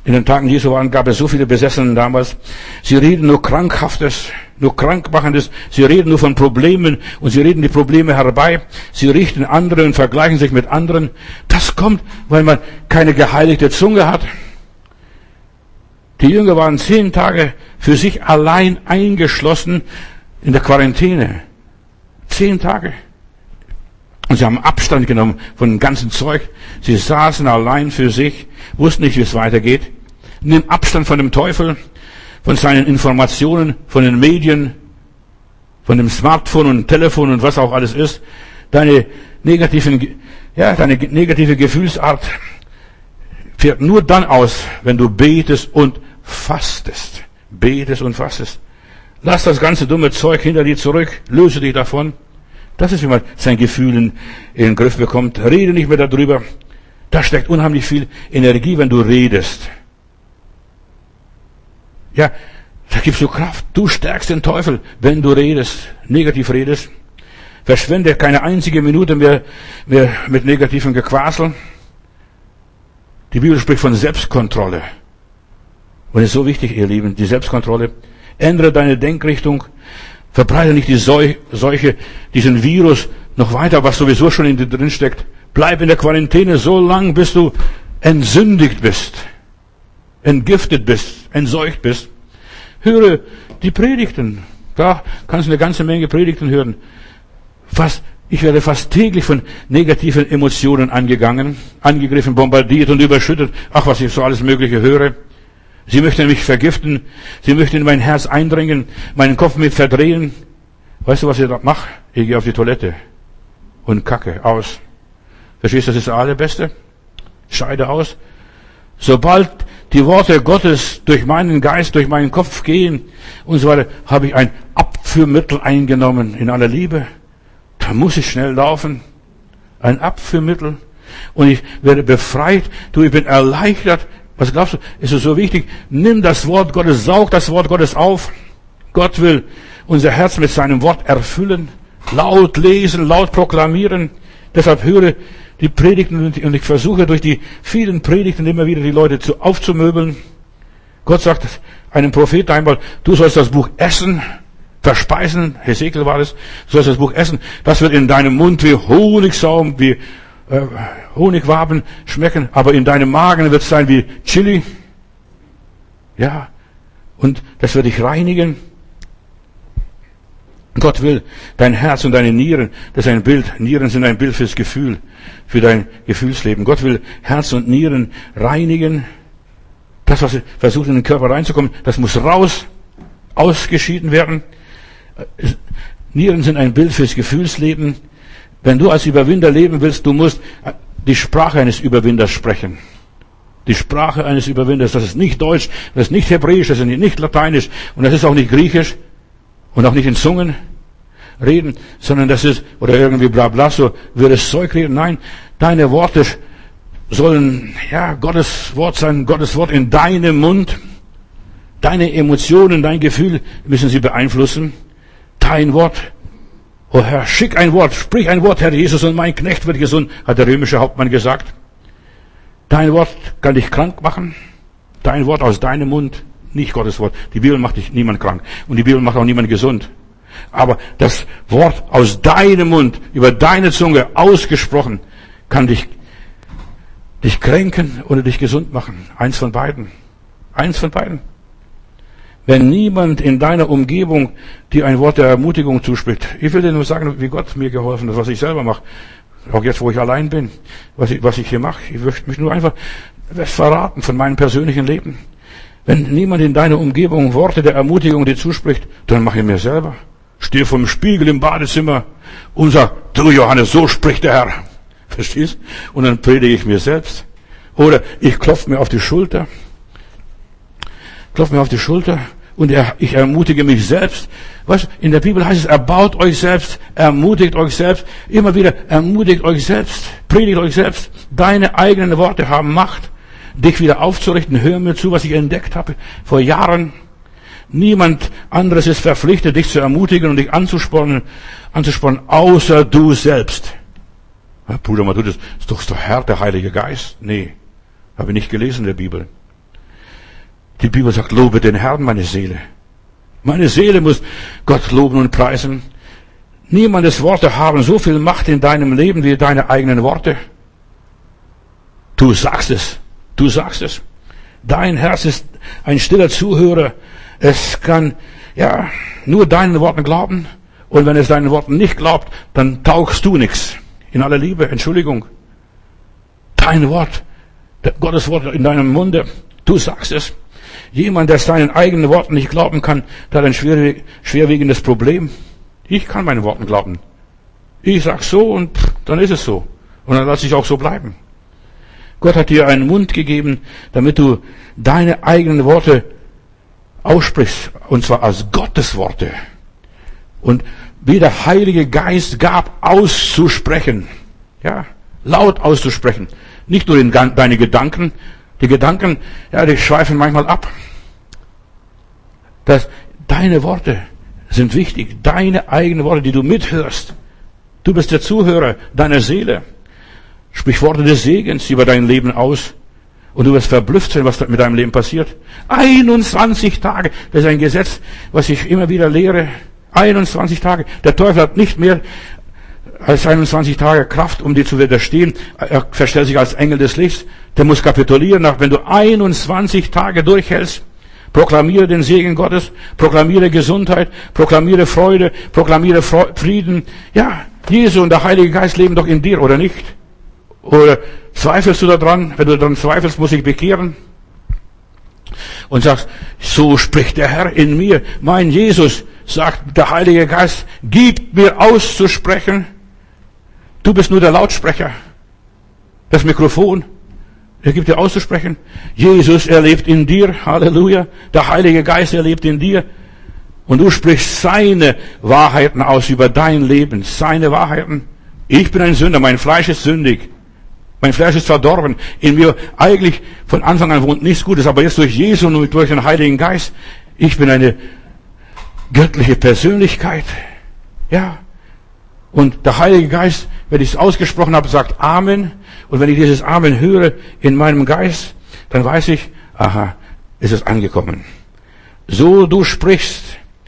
In den Tagen Jesu gab es so viele Besessenen damals. Sie reden nur Krankhaftes, nur Krankmachendes. Sie reden nur von Problemen und sie reden die Probleme herbei. Sie richten andere und vergleichen sich mit anderen. Das kommt, weil man keine geheiligte Zunge hat. Die Jünger waren 10 Tage für sich allein eingeschlossen in der Quarantäne. 10 Tage. Und sie haben Abstand genommen von dem ganzen Zeug. Sie saßen allein für sich, wussten nicht, wie es weitergeht. Nimm Abstand von dem Teufel, von seinen Informationen, von den Medien, von dem Smartphone und Telefon und was auch alles ist. Deine negative Gefühlsart fährt nur dann aus, wenn du betest und fastest. Betest und fastest. Lass das ganze dumme Zeug hinter dir zurück, löse dich davon. Das ist, wie man sein Gefühl in den Griff bekommt. Rede nicht mehr darüber. Da steckt unheimlich viel Energie, wenn du redest. Ja, da gibst du Kraft. Du stärkst den Teufel, wenn du redest, negativ redest. Verschwende keine einzige Minute mehr mit negativem Gequasel. Die Bibel spricht von Selbstkontrolle. Und es ist so wichtig, ihr Lieben, die Selbstkontrolle. Ändere deine Denkrichtung. Verbreite nicht die Seuche, diesen Virus noch weiter, was sowieso schon in dir drin steckt. Bleib in der Quarantäne so lang, bis du entsündigt bist, entgiftet bist, entseucht bist. Höre die Predigten. Da kannst du eine ganze Menge Predigten hören. Ich werde fast täglich von negativen Emotionen angegriffen, bombardiert und überschüttet. Ach, was ich so alles Mögliche höre. Sie möchten mich vergiften. Sie möchten in mein Herz eindringen, meinen Kopf mit verdrehen. Weißt du, was ich da mache? Ich gehe auf die Toilette und kacke aus. Verstehst du, das ist das Allerbeste? Scheide aus. Sobald die Worte Gottes durch meinen Geist, durch meinen Kopf gehen und so weiter, habe ich ein Abführmittel eingenommen in aller Liebe. Da muss ich schnell laufen. Ein Abführmittel. Und ich werde befreit. Ich bin erleichtert. Was glaubst du? Ist es so wichtig? Nimm das Wort Gottes, saug das Wort Gottes auf. Gott will unser Herz mit seinem Wort erfüllen. Laut lesen, laut proklamieren. Deshalb höre die Predigten und ich versuche durch die vielen Predigten immer wieder die Leute aufzumöbeln. Gott sagt einem Prophet einmal, du sollst das Buch essen, verspeisen. Hesekiel war es. Du sollst das Buch essen. Das wird in deinem Mund wie Honigsaum, wie Honigwaben schmecken, aber in deinem Magen wird es sein wie Chili. Ja, und das wird dich reinigen. Gott will dein Herz und deine Nieren, das ist ein Bild, Nieren sind ein Bild fürs Gefühl, für dein Gefühlsleben. Gott will Herz und Nieren reinigen. Das, was versucht in den Körper reinzukommen, das muss raus, ausgeschieden werden. Nieren sind ein Bild fürs Gefühlsleben. Wenn du als Überwinder leben willst, du musst die Sprache eines Überwinders sprechen. Die Sprache eines Überwinders, das ist nicht Deutsch, das ist nicht Hebräisch, das ist nicht Lateinisch und das ist auch nicht Griechisch und auch nicht in Zungen reden, sondern das ist, oder irgendwie bla bla, so würdes Zeug reden. Nein, deine Worte sollen, Gottes Wort sein, Gottes Wort in deinem Mund. Deine Emotionen, dein Gefühl müssen sie beeinflussen. Dein Wort. Oh Herr, schick ein Wort, sprich ein Wort, Herr Jesus, und mein Knecht wird gesund, hat der römische Hauptmann gesagt. Dein Wort kann dich krank machen. Dein Wort aus deinem Mund, nicht Gottes Wort. Die Bibel macht dich niemand krank. Und die Bibel macht auch niemand gesund. Aber das Wort aus deinem Mund, über deine Zunge ausgesprochen, kann dich kränken oder dich gesund machen. Eins von beiden. Eins von beiden. Wenn niemand in deiner Umgebung dir ein Wort der Ermutigung zuspricht, ich will dir nur sagen, wie Gott mir geholfen hat, was ich selber mache, auch jetzt, wo ich allein bin, was ich hier mache. Ich möchte mich nur einfach verraten von meinem persönlichen Leben. Wenn niemand in deiner Umgebung Worte der Ermutigung dir zuspricht, dann mach ich mir selber. Stehe vor dem Spiegel im Badezimmer und sag, du Johannes, so spricht der Herr. Verstehst? Und dann predige ich mir selbst. Oder ich klopfe mir auf die Schulter. Und ich ermutige mich selbst. Weißt du, in der Bibel heißt es, erbaut euch selbst, ermutigt euch selbst. Immer wieder, ermutigt euch selbst, predigt euch selbst. Deine eigenen Worte haben Macht, dich wieder aufzurichten. Hör mir zu, was ich entdeckt habe vor Jahren. Niemand anderes ist verpflichtet, dich zu ermutigen und dich anzuspornen, außer du selbst. Ja, Bruder, das ist doch Herr, der Heilige Geist. Nee, habe ich nicht gelesen in der Bibel. Die Bibel sagt, lobe den Herrn, meine Seele. Meine Seele muss Gott loben und preisen. Niemandes Worte haben so viel Macht in deinem Leben wie deine eigenen Worte. Du sagst es. Du sagst es. Dein Herz ist ein stiller Zuhörer. Es kann, nur deinen Worten glauben. Und wenn es deinen Worten nicht glaubt, dann taugst du nichts. In aller Liebe, Entschuldigung. Dein Wort, Gottes Wort in deinem Munde, du sagst es. Jemand, der seinen eigenen Worten nicht glauben kann, der hat ein schwerwiegendes Problem. Ich kann meinen Worten glauben. Ich sag so und dann ist es so. Und dann lasse ich auch so bleiben. Gott hat dir einen Mund gegeben, damit du deine eigenen Worte aussprichst. Und zwar als Gottes Worte. Und wie der Heilige Geist gab, auszusprechen. Ja, laut auszusprechen. Nicht nur deine Gedanken. Die Gedanken, die schweifen manchmal ab. Deine Worte sind wichtig. Deine eigenen Worte, die du mithörst. Du bist der Zuhörer deiner Seele. Sprich Worte des Segens über dein Leben aus. Und du wirst verblüfft sein, was mit deinem Leben passiert. 21 Tage. Das ist ein Gesetz, was ich immer wieder lehre. 21 Tage. Der Teufel hat nicht mehr als 21 Tage Kraft, um dir zu widerstehen. Er verstellt sich als Engel des Lichts. Der muss kapitulieren. Wenn du 21 Tage durchhältst, proklamiere den Segen Gottes, proklamiere Gesundheit, proklamiere Freude, proklamiere Frieden. Ja, Jesu und der Heilige Geist leben doch in dir, oder nicht? Oder zweifelst du daran? Wenn du daran zweifelst, muss ich bekehren. Und sagst, so spricht der Herr in mir. Mein Jesus, sagt der Heilige Geist, gib mir auszusprechen. Du bist nur der Lautsprecher. Das Mikrofon. Er gibt dir auszusprechen. Jesus, er lebt in dir. Halleluja. Der Heilige Geist, er lebt in dir. Und du sprichst seine Wahrheiten aus über dein Leben. Seine Wahrheiten. Ich bin ein Sünder. Mein Fleisch ist sündig. Mein Fleisch ist verdorben. In mir eigentlich von Anfang an wohnt nichts Gutes. Aber jetzt durch Jesus und durch den Heiligen Geist. Ich bin eine göttliche Persönlichkeit. Ja. Und der Heilige Geist, wenn ich es ausgesprochen habe, sagt Amen. Und wenn ich dieses Amen höre in meinem Geist, dann weiß ich, aha, ist es angekommen. So du sprichst.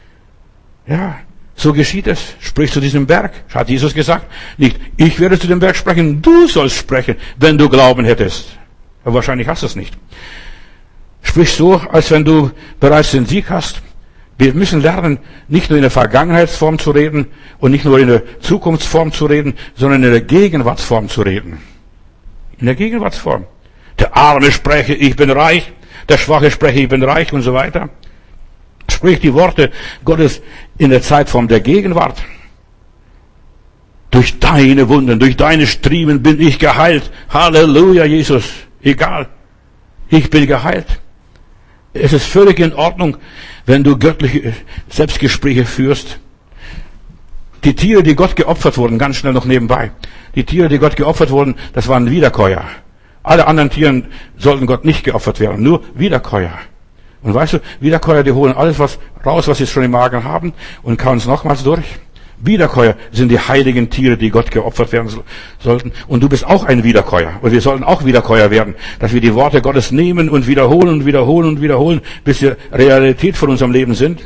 Ja, so geschieht es. Sprich zu diesem Berg. Hat Jesus gesagt. Nicht, ich werde zu dem Berg sprechen, du sollst sprechen, wenn du Glauben hättest. Aber wahrscheinlich hast du es nicht. Sprich so, als wenn du bereits den Sieg hast. Wir müssen lernen, nicht nur in der Vergangenheitsform zu reden und nicht nur in der Zukunftsform zu reden, sondern in der Gegenwartsform zu reden. In der Gegenwartsform. Der Arme spreche, ich bin reich. Der Schwache spreche, ich bin reich und so weiter. Sprich die Worte Gottes in der Zeitform der Gegenwart. Durch deine Wunden, durch deine Striemen bin ich geheilt. Halleluja, Jesus. Egal. Ich bin geheilt. Es ist völlig in Ordnung, wenn du göttliche Selbstgespräche führst. Die Tiere, die Gott geopfert wurden, ganz schnell noch nebenbei. Die Tiere, die Gott geopfert wurden, das waren Wiederkäuer. Alle anderen Tiere sollten Gott nicht geopfert werden, nur Wiederkäuer. Und weißt du, Wiederkäuer, die holen alles raus, was sie schon im Magen haben und kauen es nochmals durch. Wiederkäuer sind die heiligen Tiere, die Gott geopfert werden sollten. Und du bist auch ein Wiederkäuer. Und wir sollten auch Wiederkäuer werden, dass wir die Worte Gottes nehmen und wiederholen und wiederholen und wiederholen, bis sie Realität von unserem Leben sind.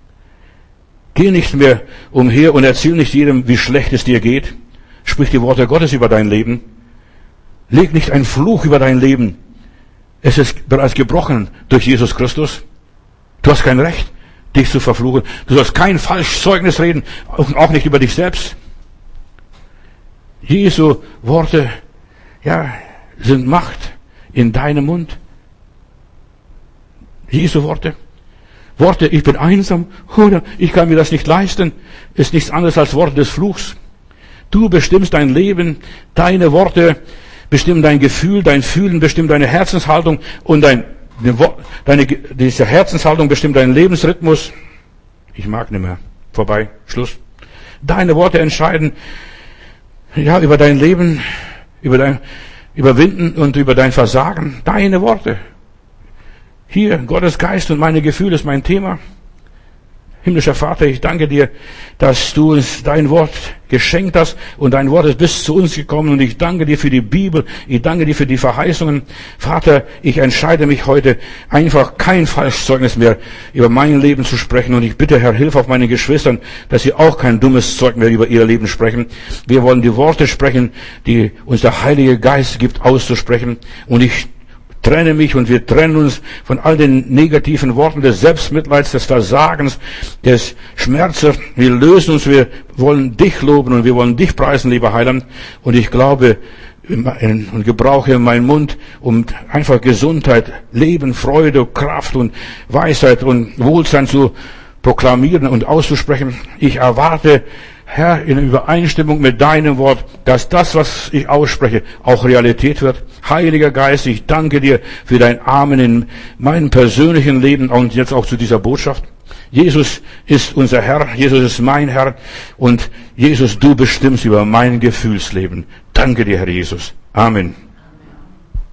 Geh nicht mehr umher und erzähl nicht jedem, wie schlecht es dir geht. Sprich die Worte Gottes über dein Leben. Leg nicht einen Fluch über dein Leben. Es ist bereits gebrochen durch Jesus Christus. Du hast kein Recht, dich zu verfluchen. Du sollst kein falsches Zeugnis reden, auch nicht über dich selbst. Jesu Worte, sind Macht in deinem Mund. Jesu Worte. Worte, ich bin einsam oder ich kann mir das nicht leisten, ist nichts anderes als Worte des Fluchs. Du bestimmst dein Leben, deine Worte bestimmen dein Gefühl, dein Fühlen bestimmt deine Herzenshaltung und diese Herzenshaltung bestimmt deinen Lebensrhythmus. Ich mag nicht mehr. Vorbei. Schluss. Deine Worte entscheiden, über dein Leben, über dein Überwinden und über dein Versagen. Deine Worte. Hier, Gottes Geist und meine Gefühle ist mein Thema. Himmlischer Vater, ich danke dir, dass du uns dein Wort geschenkt hast und dein Wort ist bis zu uns gekommen und ich danke dir für die Bibel, ich danke dir für die Verheißungen. Vater, ich entscheide mich heute einfach kein Falschzeugnis mehr über mein Leben zu sprechen und ich bitte, Herr, hilf auf meine Geschwistern, dass sie auch kein dummes Zeug mehr über ihr Leben sprechen. Wir wollen die Worte sprechen, die uns der Heilige Geist gibt, auszusprechen und ich trenne mich und wir trennen uns von all den negativen Worten des Selbstmitleids, des Versagens, des Schmerzes. Wir lösen uns, wir wollen dich loben und wir wollen dich preisen, lieber Heiland. Und ich glaube und gebrauche meinen Mund, um einfach Gesundheit, Leben, Freude, Kraft und Weisheit und Wohlsein zu proklamieren und auszusprechen. Ich erwarte, Herr, in Übereinstimmung mit deinem Wort, dass das, was ich ausspreche, auch Realität wird. Heiliger Geist, ich danke dir für dein Amen in meinem persönlichen Leben und jetzt auch zu dieser Botschaft. Jesus ist unser Herr, Jesus ist mein Herr und Jesus, du bestimmst über mein Gefühlsleben. Danke dir, Herr Jesus. Amen.